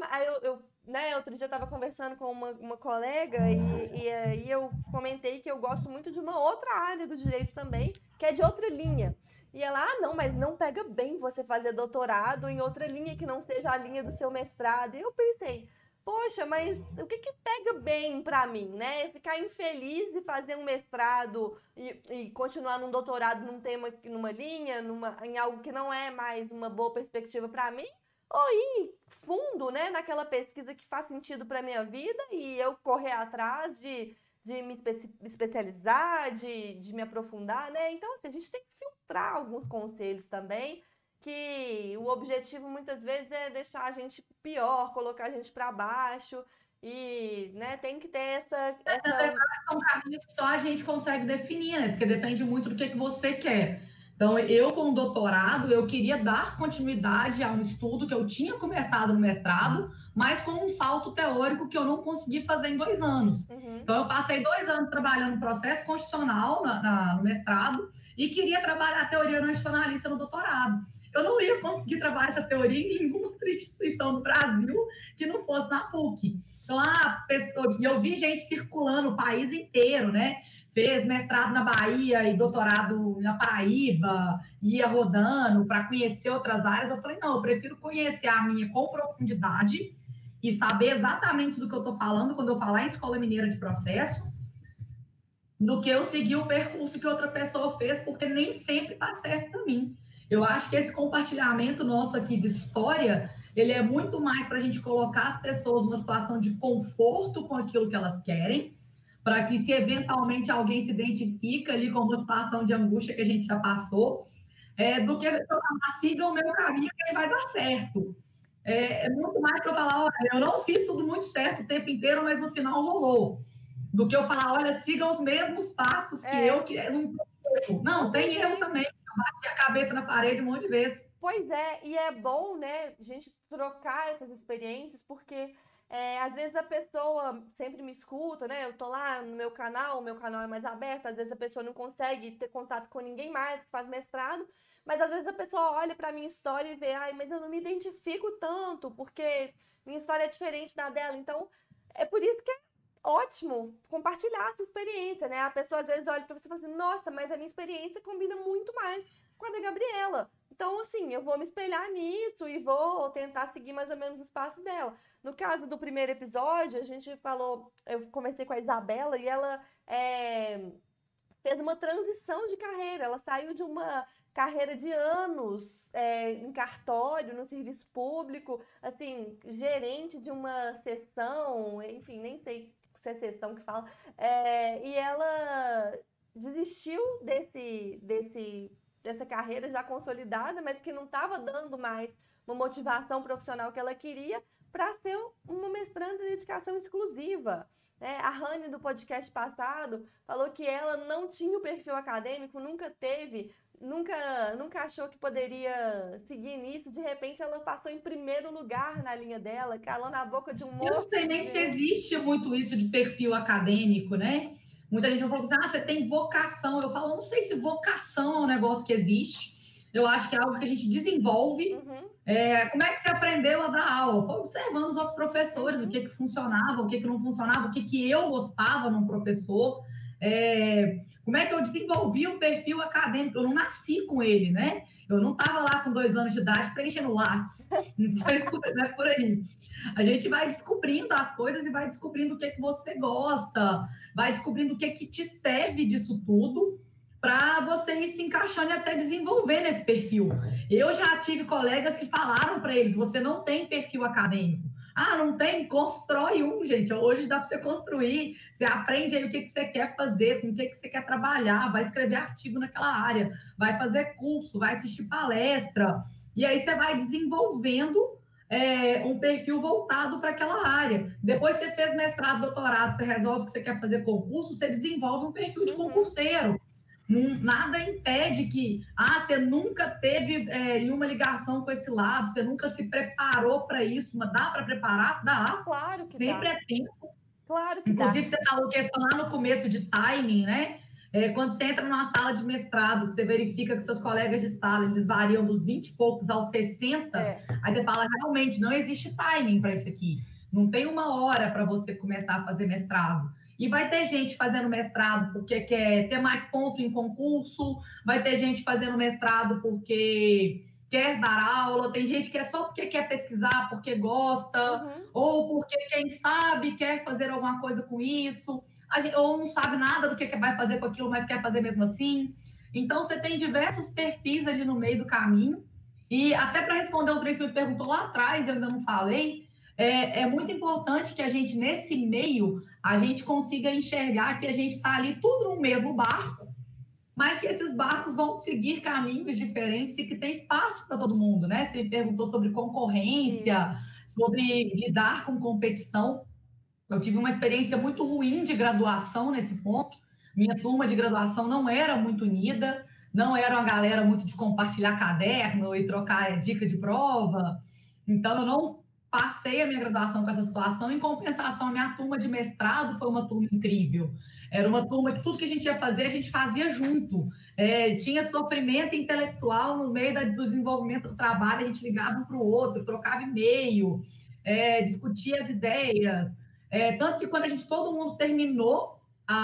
Speaker 1: né, outro dia eu estava conversando com uma colega e aí eu comentei que eu gosto muito de uma outra área do direito também, que é de outra linha. E ela, não, mas não pega bem você fazer doutorado em outra linha que não seja a linha do seu mestrado. E eu pensei, poxa, mas o que pega bem para mim, né? Ficar infeliz e fazer um mestrado e continuar num doutorado num tema, numa linha, em algo que não é mais uma boa perspectiva para mim? Ou ir fundo, né, naquela pesquisa que faz sentido para minha vida e eu correr atrás de me especializar, de me aprofundar, né? Então, assim, a gente tem que filtrar alguns conselhos também, que o objetivo muitas vezes é deixar a gente pior, colocar a gente para baixo e, né, tem que ter essa...
Speaker 2: Na verdade, são caminhos que só a gente consegue definir, né? Porque depende muito do que você quer. Então, eu, com o doutorado, eu queria dar continuidade a um estudo que eu tinha começado no mestrado, mas com um salto teórico que eu não consegui fazer em 2 anos.
Speaker 1: Uhum.
Speaker 2: Então, eu passei 2 anos trabalhando no processo constitucional no mestrado e queria trabalhar a teoria constitucionalista no doutorado. Eu não ia conseguir trabalhar essa teoria em nenhuma outra instituição do Brasil que não fosse na PUC. Então, eu vi gente circulando o país inteiro, né? Fez mestrado na Bahia e doutorado na Paraíba, ia rodando para conhecer outras áreas. Eu falei, não, eu prefiro conhecer a minha com profundidade e saber exatamente do que eu estou falando quando eu falar em Escola Mineira de Processo, do que eu seguir o percurso que outra pessoa fez, porque nem sempre está certo para mim. Eu acho que esse compartilhamento nosso aqui de história, ele é muito mais para a gente colocar as pessoas numa situação de conforto com aquilo que elas querem, para que se eventualmente alguém se identifica ali com uma situação de angústia que a gente já passou, do que eu falar, siga o meu caminho que ele vai dar certo. É muito mais para eu falar, olha, eu não fiz tudo muito certo o tempo inteiro, mas no final rolou. Do que eu falar, olha, siga os mesmos passos que eu, que não tem erro também. Eu bati a cabeça na parede um monte de vezes.
Speaker 1: Pois é, e é bom, né, a gente trocar essas experiências, porque às vezes a pessoa sempre me escuta, né? Eu tô lá no meu canal, o meu canal é mais aberto, às vezes a pessoa não consegue ter contato com ninguém mais que faz mestrado, mas às vezes a pessoa olha pra minha história e vê, ai, mas eu não me identifico tanto, porque minha história é diferente da dela. Então, é por isso que é ótimo compartilhar a sua experiência, né? A pessoa às vezes olha pra você e fala assim, nossa, mas a minha experiência combina muito mais com a da Gabriela. Então, assim, eu vou me espelhar nisso e vou tentar seguir mais ou menos os passos dela. No caso do primeiro episódio, a gente falou, eu comecei com a Isabela e ela fez uma transição de carreira. Ela saiu de uma carreira de anos em cartório, no serviço público, assim, gerente de uma seção, enfim, nem sei se é seção que fala, e ela desistiu dessa carreira já consolidada, mas que não estava dando mais uma motivação profissional que ela queria para ser uma mestranda de dedicação exclusiva. A Rani, do podcast passado, falou que ela não tinha o perfil acadêmico, nunca teve, nunca achou que poderia seguir nisso. De repente, ela passou em primeiro lugar na linha dela, calou na boca de um monte.
Speaker 2: Eu não sei nem se existe muito isso de perfil acadêmico, né? Muita gente vai falar assim, você tem vocação. Eu falo, não sei se vocação é um negócio que existe. Eu acho que é algo que a gente desenvolve.
Speaker 1: Uhum.
Speaker 2: Como é que você aprendeu a dar aula? Foi observando os outros professores, o que funcionava, o que não funcionava, o que eu gostava num professor. Como é que eu desenvolvi o perfil acadêmico? Eu não nasci com ele, né? Eu não estava lá com 2 anos de idade preenchendo lápis. Não é por aí. A gente vai descobrindo as coisas e vai descobrindo o que você gosta, vai descobrindo o que te serve disso tudo, para você ir se encaixando e até desenvolver nesse perfil. Eu já tive colegas que falaram para eles, você não tem perfil acadêmico. Não tem? Constrói um, gente. Hoje dá para você construir. Você aprende aí o que você quer fazer, com o que você quer trabalhar, vai escrever artigo naquela área, vai fazer curso, vai assistir palestra. E aí você vai desenvolvendo um perfil voltado para aquela área. Depois você fez mestrado, doutorado, você resolve que você quer fazer concurso, você desenvolve um perfil de concurseiro. Nada impede que você nunca teve nenhuma ligação com esse lado, você nunca se preparou para isso, mas dá para preparar? Dá.
Speaker 1: Claro que
Speaker 2: sempre
Speaker 1: dá.
Speaker 2: é tempo.
Speaker 1: Claro que
Speaker 2: Inclusive,
Speaker 1: dá.
Speaker 2: você falou questão lá no começo de timing, né? Quando você entra numa sala de mestrado, você verifica que seus colegas de sala eles variam dos 20 e poucos aos 60, aí você fala, realmente, não existe timing para isso aqui. Não tem uma hora para você começar a fazer mestrado. E vai ter gente fazendo mestrado porque quer ter mais ponto em concurso, vai ter gente fazendo mestrado porque quer dar aula, tem gente que é só porque quer pesquisar, porque gosta, ou porque, quem sabe, quer fazer alguma coisa com isso, ou não sabe nada do que vai fazer com aquilo, mas quer fazer mesmo assim. Então, você tem diversos perfis ali no meio do caminho. E até para responder o que você me perguntou lá atrás, eu ainda não falei, é muito importante que a gente, nesse meio, a gente consiga enxergar que a gente está ali tudo no mesmo barco, mas que esses barcos vão seguir caminhos diferentes e que tem espaço para todo mundo, né? Você me perguntou sobre concorrência, sobre lidar com competição. Eu tive uma experiência muito ruim de graduação nesse ponto. Minha turma de graduação não era muito unida, não era uma galera muito de compartilhar caderno e trocar dica de prova. Então, eu não passei a minha graduação com essa situação. Em compensação, a minha turma de mestrado foi uma turma incrível. Era uma turma que tudo que a gente ia fazer, a gente fazia junto. Tinha sofrimento intelectual no meio do desenvolvimento do trabalho, a gente ligava um para o outro, trocava e-mail, discutia as ideias. Tanto que quando todo mundo terminou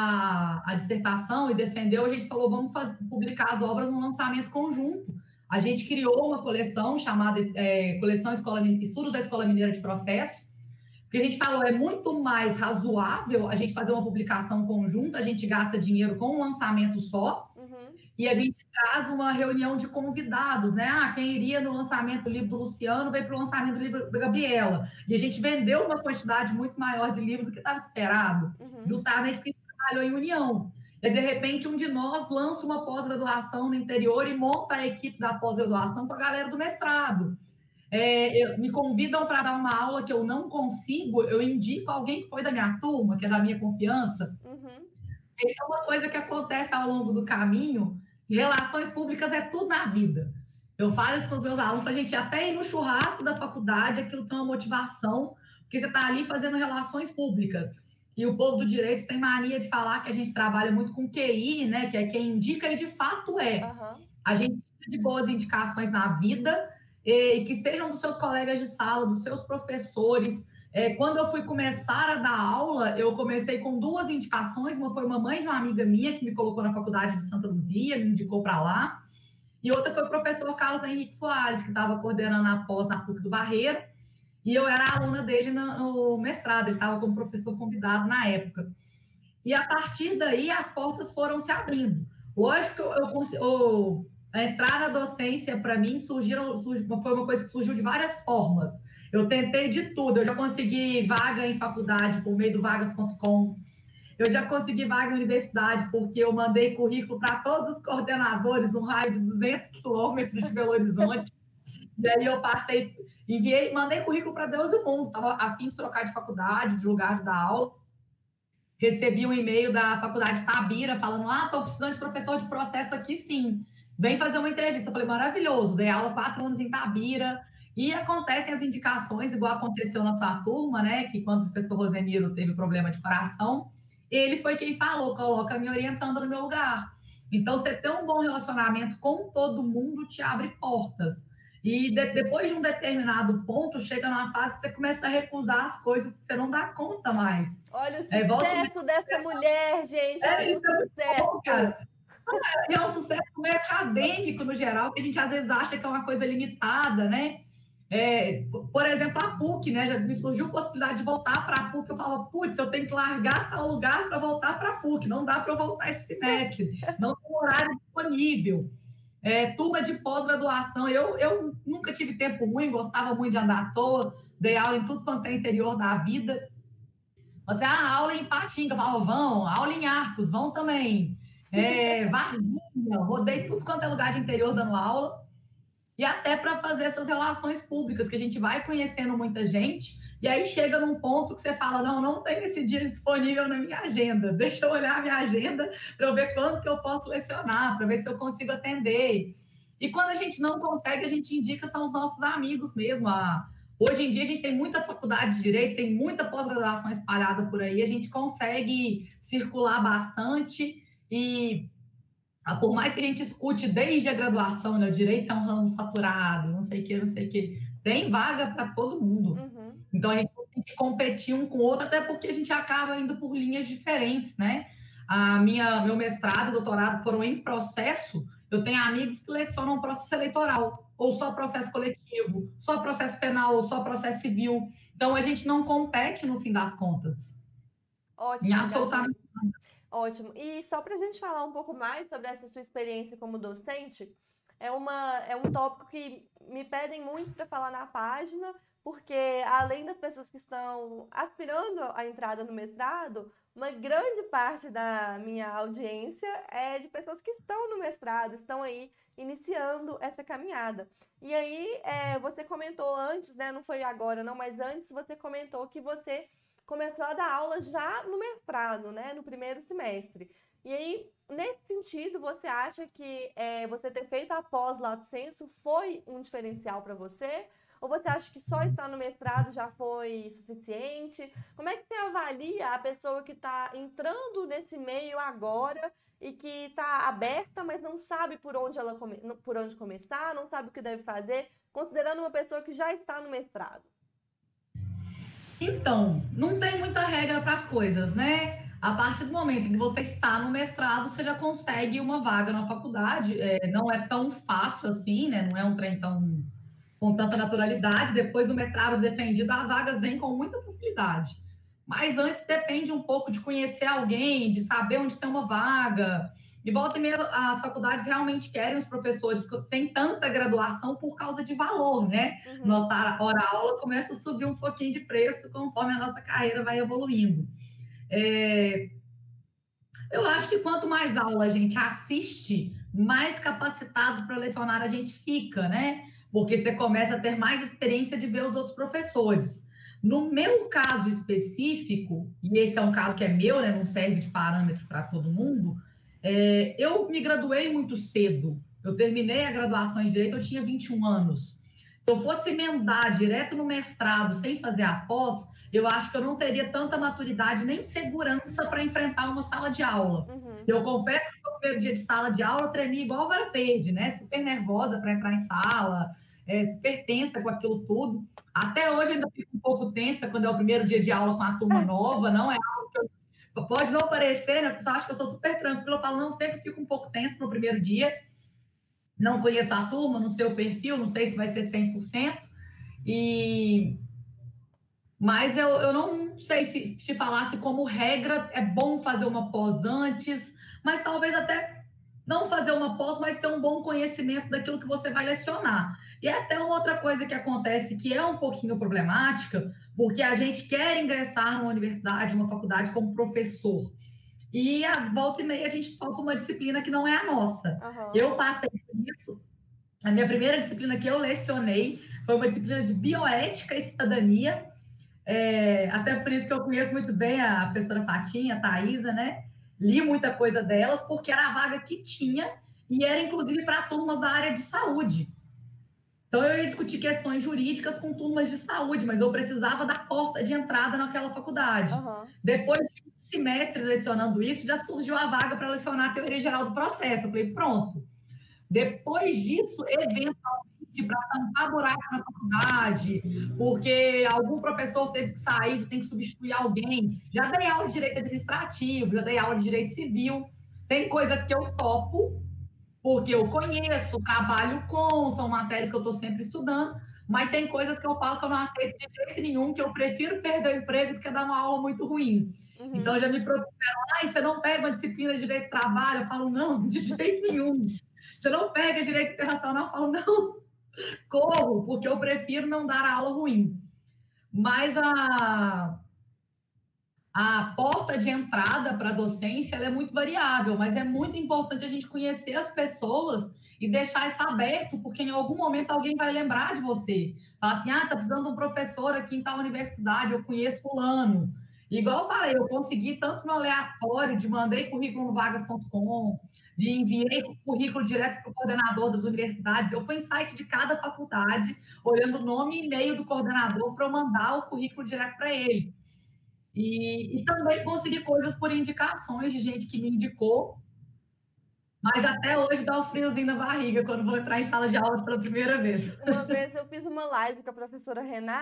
Speaker 2: a dissertação e defendeu, a gente falou, vamos publicar as obras no lançamento conjunto. A gente criou uma coleção chamada Coleção Estudos da Escola Mineira de Processo, porque a gente falou, é muito mais razoável a gente fazer uma publicação conjunta, a gente gasta dinheiro com um lançamento só, e a gente traz uma reunião de convidados, né? Quem iria no lançamento do livro do Luciano veio para o lançamento do livro da Gabriela. E a gente vendeu uma quantidade muito maior de livros do que estava esperado, justamente porque a gente trabalhou em união. E, de repente, um de nós lança uma pós-graduação no interior e monta a equipe da pós-graduação com a galera do mestrado. Me convidam para dar uma aula que eu não consigo, eu indico alguém que foi da minha turma, que é da minha confiança.
Speaker 1: Uhum.
Speaker 2: Isso é uma coisa que acontece ao longo do caminho. Relações públicas é tudo na vida. Eu falo isso com os meus alunos, para a gente até ir no churrasco da faculdade, aquilo tem uma motivação, porque você está ali fazendo relações públicas. E o povo do direito tem mania de falar que a gente trabalha muito com QI, né? Que é quem indica, e de fato é.
Speaker 1: Uhum.
Speaker 2: A gente precisa de boas indicações na vida, e que sejam dos seus colegas de sala, dos seus professores. Quando eu fui começar a dar aula, eu comecei com 2 indicações. Uma foi uma mãe de uma amiga minha que me colocou na faculdade de Santa Luzia, me indicou para lá. E outra foi o professor Carlos Henrique Soares, que estava coordenando a pós na PUC do Barreiro. E eu era aluna dele no mestrado, ele estava como professor convidado na época. E a partir daí, as portas foram se abrindo. Lógico que entrar na docência, para mim, foi uma coisa que surgiu de várias formas. Eu tentei de tudo. Eu já consegui vaga em faculdade por meio do vagas.com. Eu já consegui vaga em universidade porque eu mandei currículo para todos os coordenadores num raio de 200 quilômetros de Belo Horizonte. E aí eu mandei currículo para Deus e o mundo. Estava a fim de trocar de faculdade, de lugar de dar aula. Recebi um e-mail da faculdade Tabira falando: estou precisando de professor de processo aqui, sim. Vem fazer uma entrevista. Eu falei: maravilhoso. Dei aula 4 anos em Tabira. E acontecem as indicações, igual aconteceu na sua turma, né? Que quando o professor Rosemiro teve problema de coração, ele foi quem falou: coloca me orientando no meu lugar. Então, você ter um bom relacionamento com todo mundo te abre portas. E depois de um determinado ponto, chega numa fase que você começa a recusar as coisas que você não dá conta mais.
Speaker 1: Olha o sucesso dessa mulher, gente. Olha o sucesso.
Speaker 2: Cara. E é um sucesso meio acadêmico, no geral, que a gente às vezes acha que é uma coisa limitada, né? Por exemplo, a PUC, né? Já me surgiu a possibilidade de voltar para a PUC. Eu falava: putz, eu tenho que largar tal lugar para voltar para a PUC. Não dá para eu voltar esse semestre. Não tem horário disponível. Turma de pós-graduação. Eu nunca tive tempo ruim, gostava muito de andar à toa, dei aula em tudo quanto é interior da vida. Você, aula em Patinga, eu falava: vão, aula em Arcos, vão também. Varginha, rodei tudo quanto é lugar de interior dando aula. E até para fazer essas relações públicas, que a gente vai conhecendo muita gente, e aí chega num ponto que você fala: não tem esse dia disponível na minha agenda, deixa eu olhar a minha agenda para eu ver quando que eu posso lecionar, para ver se eu consigo atender. E quando a gente não consegue, a gente indica, são os nossos amigos mesmo. Hoje em dia a gente tem muita faculdade de direito, tem muita pós-graduação espalhada por aí, a gente consegue circular bastante e por mais que a gente escute desde a graduação, né, o direito é um ramo saturado, não sei o que, tem vaga para todo mundo.
Speaker 1: Uhum.
Speaker 2: Então, a gente tem que competir um com o outro, até porque a gente acaba indo por linhas diferentes, né? Meu mestrado e doutorado foram em processo. Eu tenho amigos que lecionam processo eleitoral, ou só processo coletivo, só processo penal, ou só processo civil. Então, a gente não compete no fim das contas.
Speaker 1: Ótimo,
Speaker 2: Em absolutamente
Speaker 1: Gabi. Ótimo. E só para a gente falar um pouco mais sobre essa sua experiência como docente, é um tópico que me pedem muito para falar na página, porque além das pessoas que estão aspirando à entrada no mestrado, uma grande parte da minha audiência é de pessoas que estão no mestrado, estão aí iniciando essa caminhada. E aí, você comentou antes, né? Não foi agora, não, mas antes você comentou que você começou a dar aula já no mestrado, né? No primeiro semestre. E aí, nesse sentido, você acha que você ter feito a pós Lato Sensu foi um diferencial para você? Ou você acha que só estar no mestrado já foi suficiente? Como é que você avalia a pessoa que está entrando nesse meio agora e que está aberta, mas não sabe por onde começar, não sabe o que deve fazer, considerando uma pessoa que já está no mestrado?
Speaker 2: Então, não tem muita regra para as coisas, né? A partir do momento em que você está no mestrado, você já consegue uma vaga na faculdade. Não é tão fácil assim, né? Não é um trem com tanta naturalidade. Depois do mestrado defendido, as vagas vêm com muita facilidade. Mas antes depende um pouco de conhecer alguém, de saber onde tem uma vaga. E volta e meia, as faculdades realmente querem os professores sem tanta graduação por causa de valor, né?
Speaker 1: Uhum.
Speaker 2: Nossa hora-aula começa a subir um pouquinho de preço conforme a nossa carreira vai evoluindo. Eu acho que quanto mais aula a gente assiste, mais capacitado para lecionar a gente fica, né? Porque você começa a ter mais experiência de ver os outros professores. No meu caso específico, e esse é um caso que é meu, né? Não serve de parâmetro para todo mundo, eu me graduei muito cedo. Eu terminei a graduação em Direito, eu tinha 21 anos. Se eu fosse emendar direto no mestrado sem fazer a pós, eu acho que eu não teria tanta maturidade nem segurança para enfrentar uma sala de aula.
Speaker 1: Uhum.
Speaker 2: Eu confesso que no primeiro dia de sala de aula eu tremia igual vara verde, né? Super nervosa para entrar em sala, super tensa com aquilo tudo. Até hoje ainda fico um pouco tensa quando é o primeiro dia de aula com a turma nova, não é algo que eu... Pode não parecer, né? O pessoal acha que eu sou super tranquila, eu falo, não, sempre fico um pouco tensa no primeiro dia. Não conheço a turma, não sei o perfil, não sei se vai ser 100%. E mas eu não sei se te falasse como regra é bom fazer uma pós antes, mas talvez até não fazer uma pós, mas ter um bom conhecimento daquilo que você vai lecionar. E é até uma outra coisa que acontece que é um pouquinho problemática, porque a gente quer ingressar numa universidade, uma faculdade como professor. E às volta e meia a gente toca uma disciplina que não é a nossa.
Speaker 1: Aham.
Speaker 2: Eu passei por isso. A minha primeira disciplina que eu lecionei foi uma disciplina de bioética e cidadania, até por isso que eu conheço muito bem a professora Fatinha, a Thaisa, né? Li muita coisa delas, porque era a vaga que tinha e era inclusive para turmas da área de saúde. Então eu ia discutir questões jurídicas com turmas de saúde, mas eu precisava da porta de entrada naquela faculdade.
Speaker 1: Aham.
Speaker 2: Depois de um semestre lecionando isso, já surgiu a vaga para lecionar a teoria geral do processo. Eu falei, pronto. Depois disso, eventualmente, para tampar buraco na faculdade, porque algum professor teve que sair, você tem que substituir alguém. Já dei aula de direito administrativo, já dei aula de direito civil. Tem coisas que eu topo, porque eu conheço, trabalho com, são matérias que eu estou sempre estudando, mas tem coisas que eu falo que eu não aceito de jeito nenhum, que eu prefiro perder o emprego do que dar uma aula muito ruim.
Speaker 1: Uhum.
Speaker 2: Então já me propuseram, você não pega uma disciplina de direito do trabalho? Eu falo, não, de jeito nenhum. Você não pega direito internacional? Eu falo, não, corro, porque eu prefiro não dar aula ruim. Mas a porta de entrada para a docência é muito variável, mas é muito importante a gente conhecer as pessoas e deixar isso aberto, porque em algum momento alguém vai lembrar de você. Fala assim, tá precisando de um professor aqui em tal universidade, eu conheço fulano. Igual eu falei, eu consegui tanto no aleatório, de mandei currículo no vagas.com, de enviei currículo direto para o coordenador das universidades, eu fui em site de cada faculdade, olhando o nome e e-mail do coordenador para eu mandar o currículo direto para ele. E também consegui coisas por indicações de gente que me indicou, mas até hoje dá um friozinho na barriga quando vou entrar em sala de aula pela primeira vez.
Speaker 1: Uma vez eu fiz uma live com a professora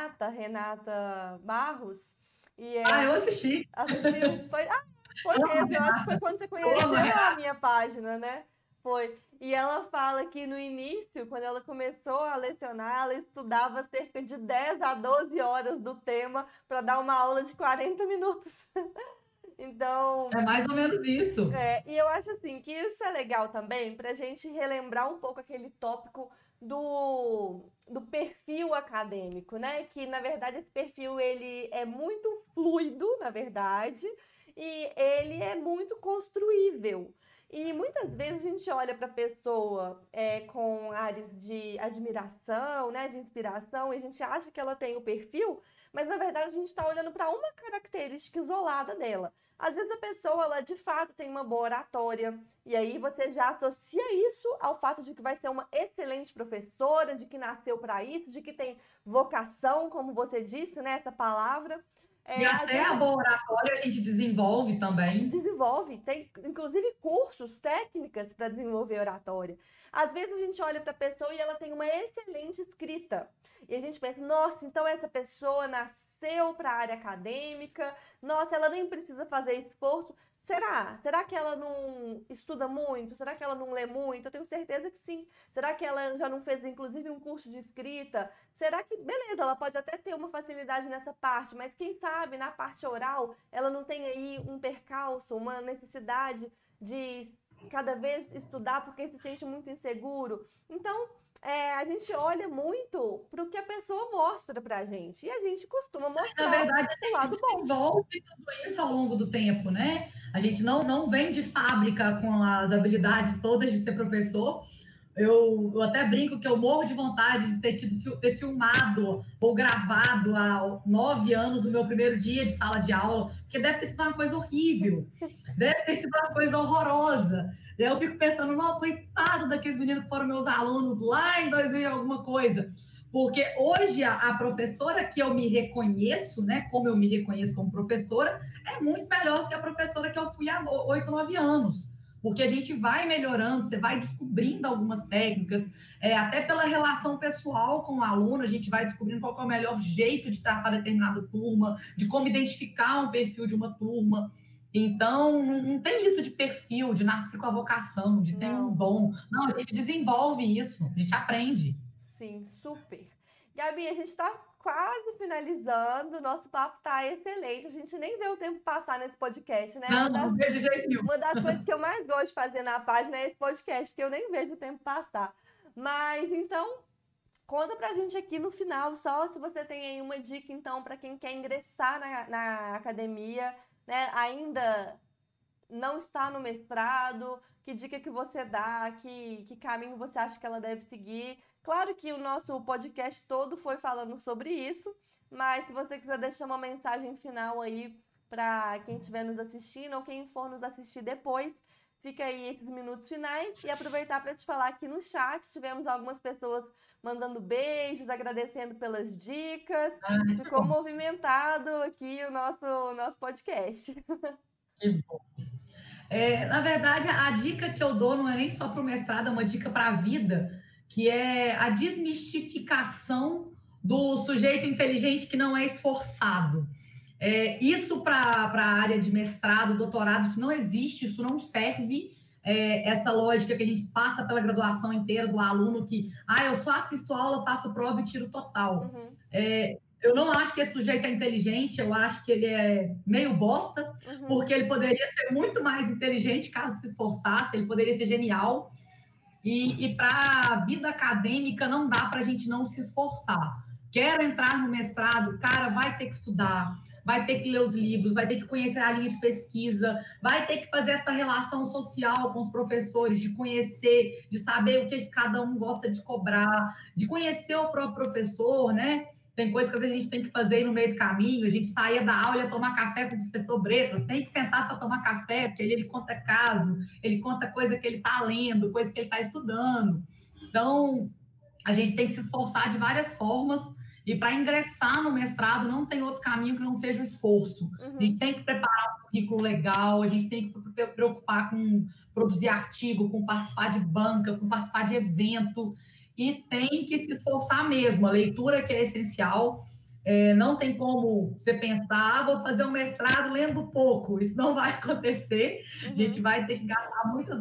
Speaker 1: Renata Barros, e
Speaker 2: Eu
Speaker 1: ela
Speaker 2: assisti.
Speaker 1: assistiu. Foi
Speaker 2: Eu amo a
Speaker 1: mesmo, eu acho que foi
Speaker 2: Renata.
Speaker 1: quando você
Speaker 2: Eu amo a
Speaker 1: conheceu a
Speaker 2: Renata.
Speaker 1: minha página, né? Foi. E ela fala que no início, quando ela começou a lecionar, ela estudava cerca de 10 a 12 horas do tema para dar uma aula de 40 minutos. Então,
Speaker 2: É mais ou menos isso.
Speaker 1: e eu acho assim que isso é legal também para a gente relembrar um pouco aquele tópico do perfil acadêmico, né? Que na verdade esse perfil ele é muito fluido, na verdade, e ele é muito construível. E muitas vezes a gente olha para a pessoa com áreas de admiração, né, de inspiração, e a gente acha que ela tem o perfil, mas na verdade a gente está olhando para uma característica isolada dela. Às vezes a pessoa, ela de fato tem uma boa oratória, e aí você já associa isso ao fato de que vai ser uma excelente professora, de que nasceu para isso, de que tem vocação, como você disse, né, essa palavra.
Speaker 2: E
Speaker 1: Às
Speaker 2: até a
Speaker 1: vezes
Speaker 2: boa oratória a gente desenvolve também.
Speaker 1: desenvolve, tem inclusive cursos, técnicas para desenvolver oratória. Às vezes a gente olha para a pessoa e ela tem uma excelente escrita. E a gente pensa, nossa, então essa pessoa nasceu para a área acadêmica, nossa, ela nem precisa fazer esforço. Será? Será que ela não estuda muito? Será que ela não lê muito? Eu tenho certeza que sim. Será que ela já não fez, inclusive, um curso de escrita? Será que, beleza, ela pode até ter uma facilidade nessa parte, mas quem sabe na parte oral ela não tem aí um percalço, uma necessidade de cada vez estudar porque se sente muito inseguro. Então, a gente olha muito para o que a pessoa mostra para a gente. E a gente costuma
Speaker 2: Na
Speaker 1: mostrar
Speaker 2: verdade,
Speaker 1: o
Speaker 2: a
Speaker 1: lado
Speaker 2: gente
Speaker 1: bom.
Speaker 2: desenvolve tudo isso ao longo do tempo, né? A gente não vem de fábrica com as habilidades todas de ser professor. Eu até brinco que eu morro de vontade de ter filmado ou gravado há 9 anos o meu primeiro dia de sala de aula, porque deve ter sido uma coisa horrível, deve ter sido uma coisa horrorosa. E aí eu fico pensando, não, coitado daqueles meninos que foram meus alunos lá em 2000 e alguma coisa. Porque hoje a professora que eu me reconheço, né, como eu me reconheço como professora, é muito melhor do que a professora que eu fui há 8, 9 anos. Porque a gente vai melhorando, você vai descobrindo algumas técnicas, até pela relação pessoal com o aluno, a gente vai descobrindo qual é o melhor jeito de tratar determinada turma, de como identificar um perfil de uma turma. Então, não tem isso de perfil, de nascer com a vocação, de ter um
Speaker 1: Não.
Speaker 2: dom. Não, a gente desenvolve isso, a gente aprende.
Speaker 1: Sim, super. Gabi, a gente está quase finalizando. Nosso papo tá excelente. A gente nem vê o tempo passar nesse podcast, né?
Speaker 2: Não, não vejo de jeito nenhum.
Speaker 1: Uma das coisas que eu mais gosto de fazer na página é esse podcast, porque eu nem vejo o tempo passar. Mas então, conta pra gente aqui no final, só se você tem aí uma dica, então, para quem quer ingressar na academia, né? Ainda não está no mestrado, que dica que você dá, que caminho você acha que ela deve seguir. Claro que o nosso podcast todo foi falando sobre isso, mas se você quiser deixar uma mensagem final aí para quem estiver nos assistindo ou quem for nos assistir depois, fica aí esses minutos finais e aproveitar para te falar aqui no chat, tivemos algumas pessoas mandando beijos, agradecendo pelas dicas. Ficou
Speaker 2: Bom,
Speaker 1: movimentado aqui o nosso podcast.
Speaker 2: que bom. Na verdade, a dica que eu dou não é nem só para o mestrado, é uma dica para a vida, que é a desmistificação do sujeito inteligente que não é esforçado. Isso para a área de mestrado, doutorado, isso não existe, isso não serve. Essa lógica que a gente passa pela graduação inteira do aluno que, eu só assisto aula, faço prova e tiro total.
Speaker 1: Uhum,
Speaker 2: Eu não acho que esse sujeito é inteligente, eu acho que ele é meio bosta,
Speaker 1: uhum.
Speaker 2: porque ele poderia ser muito mais inteligente caso se esforçasse, ele poderia ser genial. E para a vida acadêmica não dá para a gente não se esforçar. Quero entrar no mestrado, cara, vai ter que estudar, vai ter que ler os livros, vai ter que conhecer a linha de pesquisa, vai ter que fazer essa relação social com os professores, de conhecer, de saber o que cada um gosta de cobrar, de conhecer o próprio professor, né? Tem coisas que às vezes a gente tem que fazer aí no meio do caminho. A gente saía da aula e ia tomar café com o professor Bretas. Tem que sentar para tomar café, porque ele conta caso, ele conta coisa que ele está lendo, coisa que ele está estudando. Então, a gente tem que se esforçar de várias formas. E para ingressar no mestrado, não tem outro caminho que não seja o esforço. A gente tem que preparar um currículo legal, a gente tem que se preocupar com produzir artigo, com participar de banca, com participar de evento e tem que se esforçar mesmo. A leitura que é essencial, não tem como você pensar, vou fazer um mestrado lendo pouco. Isso não vai acontecer.
Speaker 1: Uhum.
Speaker 2: A gente vai ter que gastar muitas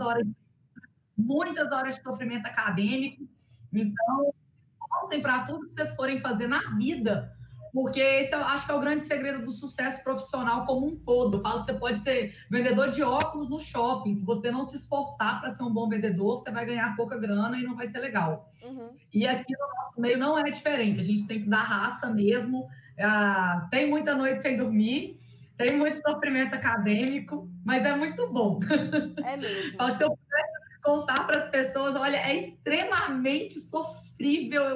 Speaker 2: horas de sofrimento acadêmico. Então, esforcem para tudo que vocês forem fazer na vida, porque esse eu acho que é o grande segredo do sucesso profissional como um todo. Eu falo que você pode ser vendedor de óculos no shopping. Se você não se esforçar para ser um bom vendedor, você vai ganhar pouca grana e não vai ser legal.
Speaker 1: Uhum.
Speaker 2: E aqui no nosso meio não é diferente. A gente tem que dar raça mesmo. Tem muita noite sem dormir, tem muito sofrimento acadêmico, mas é muito bom.
Speaker 1: É mesmo.
Speaker 2: Falo que se eu pudesse contar para as pessoas, olha, é extremamente sofrível.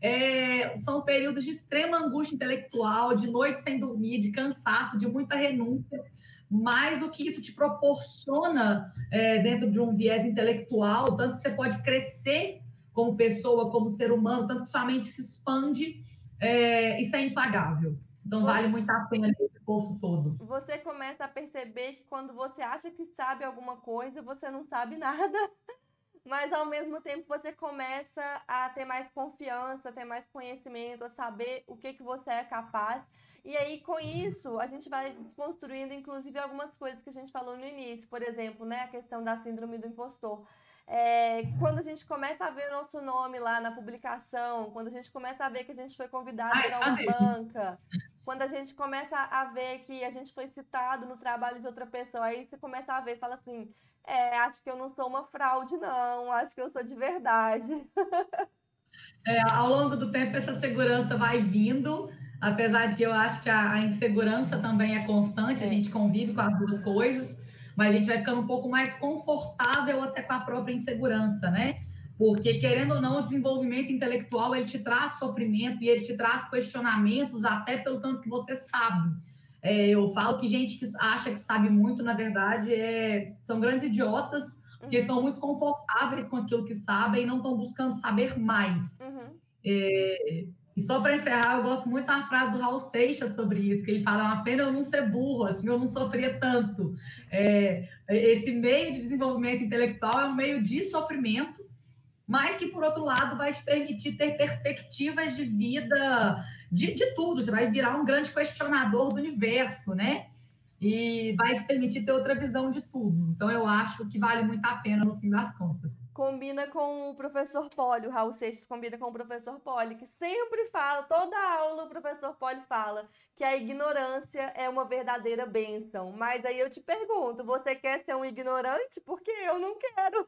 Speaker 2: São períodos de extrema angústia intelectual, de noite sem dormir, de cansaço, de muita renúncia. Mas o que isso te proporciona dentro de um viés intelectual, tanto que você pode crescer como pessoa, como ser humano, tanto que sua mente se expande, isso é impagável. Então, vale muito a pena esse esforço todo.
Speaker 1: Você começa a perceber que quando você acha que sabe alguma coisa, você não sabe nada, mas ao mesmo tempo você começa a ter mais confiança, a ter mais conhecimento, a saber o que você é capaz. E aí, com isso, a gente vai construindo, inclusive, algumas coisas que a gente falou no início. Por exemplo, né, a questão da síndrome do impostor. Quando a gente começa a ver o nosso nome lá na publicação, quando a gente começa a ver que a gente foi convidado para
Speaker 2: Está
Speaker 1: uma
Speaker 2: mesmo.
Speaker 1: banca, quando a gente começa a ver que a gente foi citado no trabalho de outra pessoa, aí você começa a ver e fala assim, acho que eu não sou uma fraude, não, acho que eu sou de verdade.
Speaker 2: Ao longo do tempo, essa segurança vai vindo, apesar de que eu acho que a insegurança também é constante, a
Speaker 1: É.
Speaker 2: gente convive com as duas coisas, mas a gente vai ficando um pouco mais confortável até com a própria insegurança, né? Porque, querendo ou não, o desenvolvimento intelectual, ele te traz sofrimento e ele te traz questionamentos até pelo tanto que você sabe. Eu falo que gente que acha que sabe muito, na verdade, são grandes idiotas, porque
Speaker 1: Uhum,
Speaker 2: estão muito confortáveis com aquilo que sabem e não estão buscando saber mais.
Speaker 1: uhum,
Speaker 2: E só para encerrar, eu gosto muito da frase do Raul Seixas sobre isso, que ele fala, é uma pena eu não ser burro, assim, eu não sofria tanto. Esse meio de desenvolvimento intelectual é um meio de sofrimento, mas que, por outro lado, vai te permitir ter perspectivas de vida, de tudo. Você vai virar um grande questionador do universo, né? E vai te permitir ter outra visão de tudo. Então, eu acho que vale muito a pena no fim das contas.
Speaker 1: combina com o professor Poli, o Raul Seixas combina com o professor Poli, que sempre fala, toda aula o professor Poli fala que a ignorância é uma verdadeira bênção. Mas aí eu te pergunto, você quer ser um ignorante? Porque eu não quero.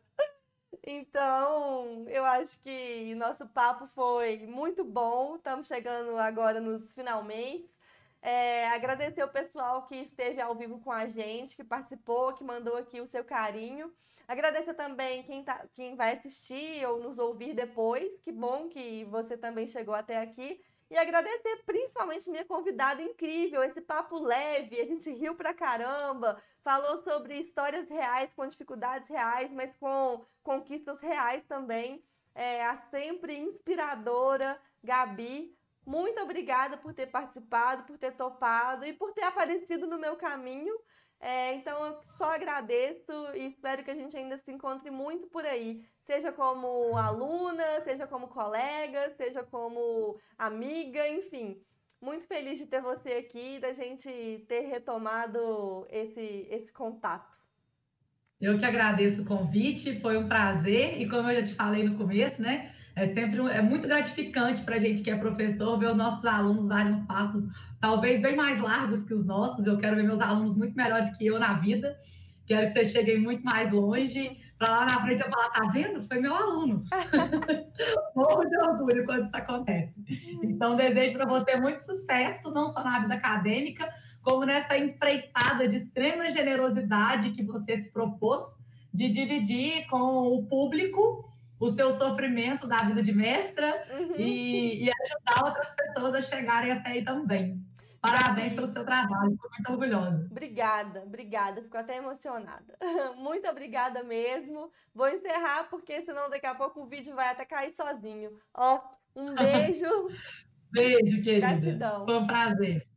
Speaker 1: Então, eu acho que nosso papo foi muito bom. Estamos chegando agora nos finalmente. Agradecer o pessoal que esteve ao vivo com a gente, que participou, que mandou aqui o seu carinho. Agradecer também quem vai assistir ou nos ouvir depois. Que bom que você também chegou até aqui. E agradecer principalmente minha convidada incrível, esse papo leve, a gente riu pra caramba, falou sobre histórias reais, com dificuldades reais, mas com conquistas reais também. A sempre inspiradora Gabi. Muito obrigada por ter participado, por ter topado e por ter aparecido no meu caminho. Então, eu só agradeço e espero que a gente ainda se encontre muito por aí. Seja como aluna, seja como colega, seja como amiga, enfim. Muito feliz de ter você aqui, da gente ter retomado esse contato.
Speaker 2: Eu que agradeço o convite, foi um prazer, e como eu já te falei no começo, né? É muito gratificante para a gente que é professor ver os nossos alunos darem uns passos talvez bem mais largos que os nossos. Eu quero ver meus alunos muito melhores que eu na vida. Quero que vocês cheguem muito mais longe. Para lá na frente eu falar, tá vendo? Foi meu aluno. Morro de orgulho quando isso acontece. Então, desejo para você muito sucesso, não só na vida acadêmica, como nessa empreitada de extrema generosidade que você se propôs de dividir com o público o seu sofrimento da vida de mestra
Speaker 1: Uhum.
Speaker 2: e ajudar outras pessoas a chegarem até aí também. Parabéns pelo
Speaker 1: Gabi,
Speaker 2: seu trabalho, estou muito orgulhosa.
Speaker 1: obrigada, obrigada. Fico até emocionada. Muito obrigada mesmo. Vou encerrar porque senão daqui a pouco o vídeo vai até cair sozinho. Ó, um beijo,
Speaker 2: Beijo, querida.
Speaker 1: gratidão.
Speaker 2: Foi um prazer.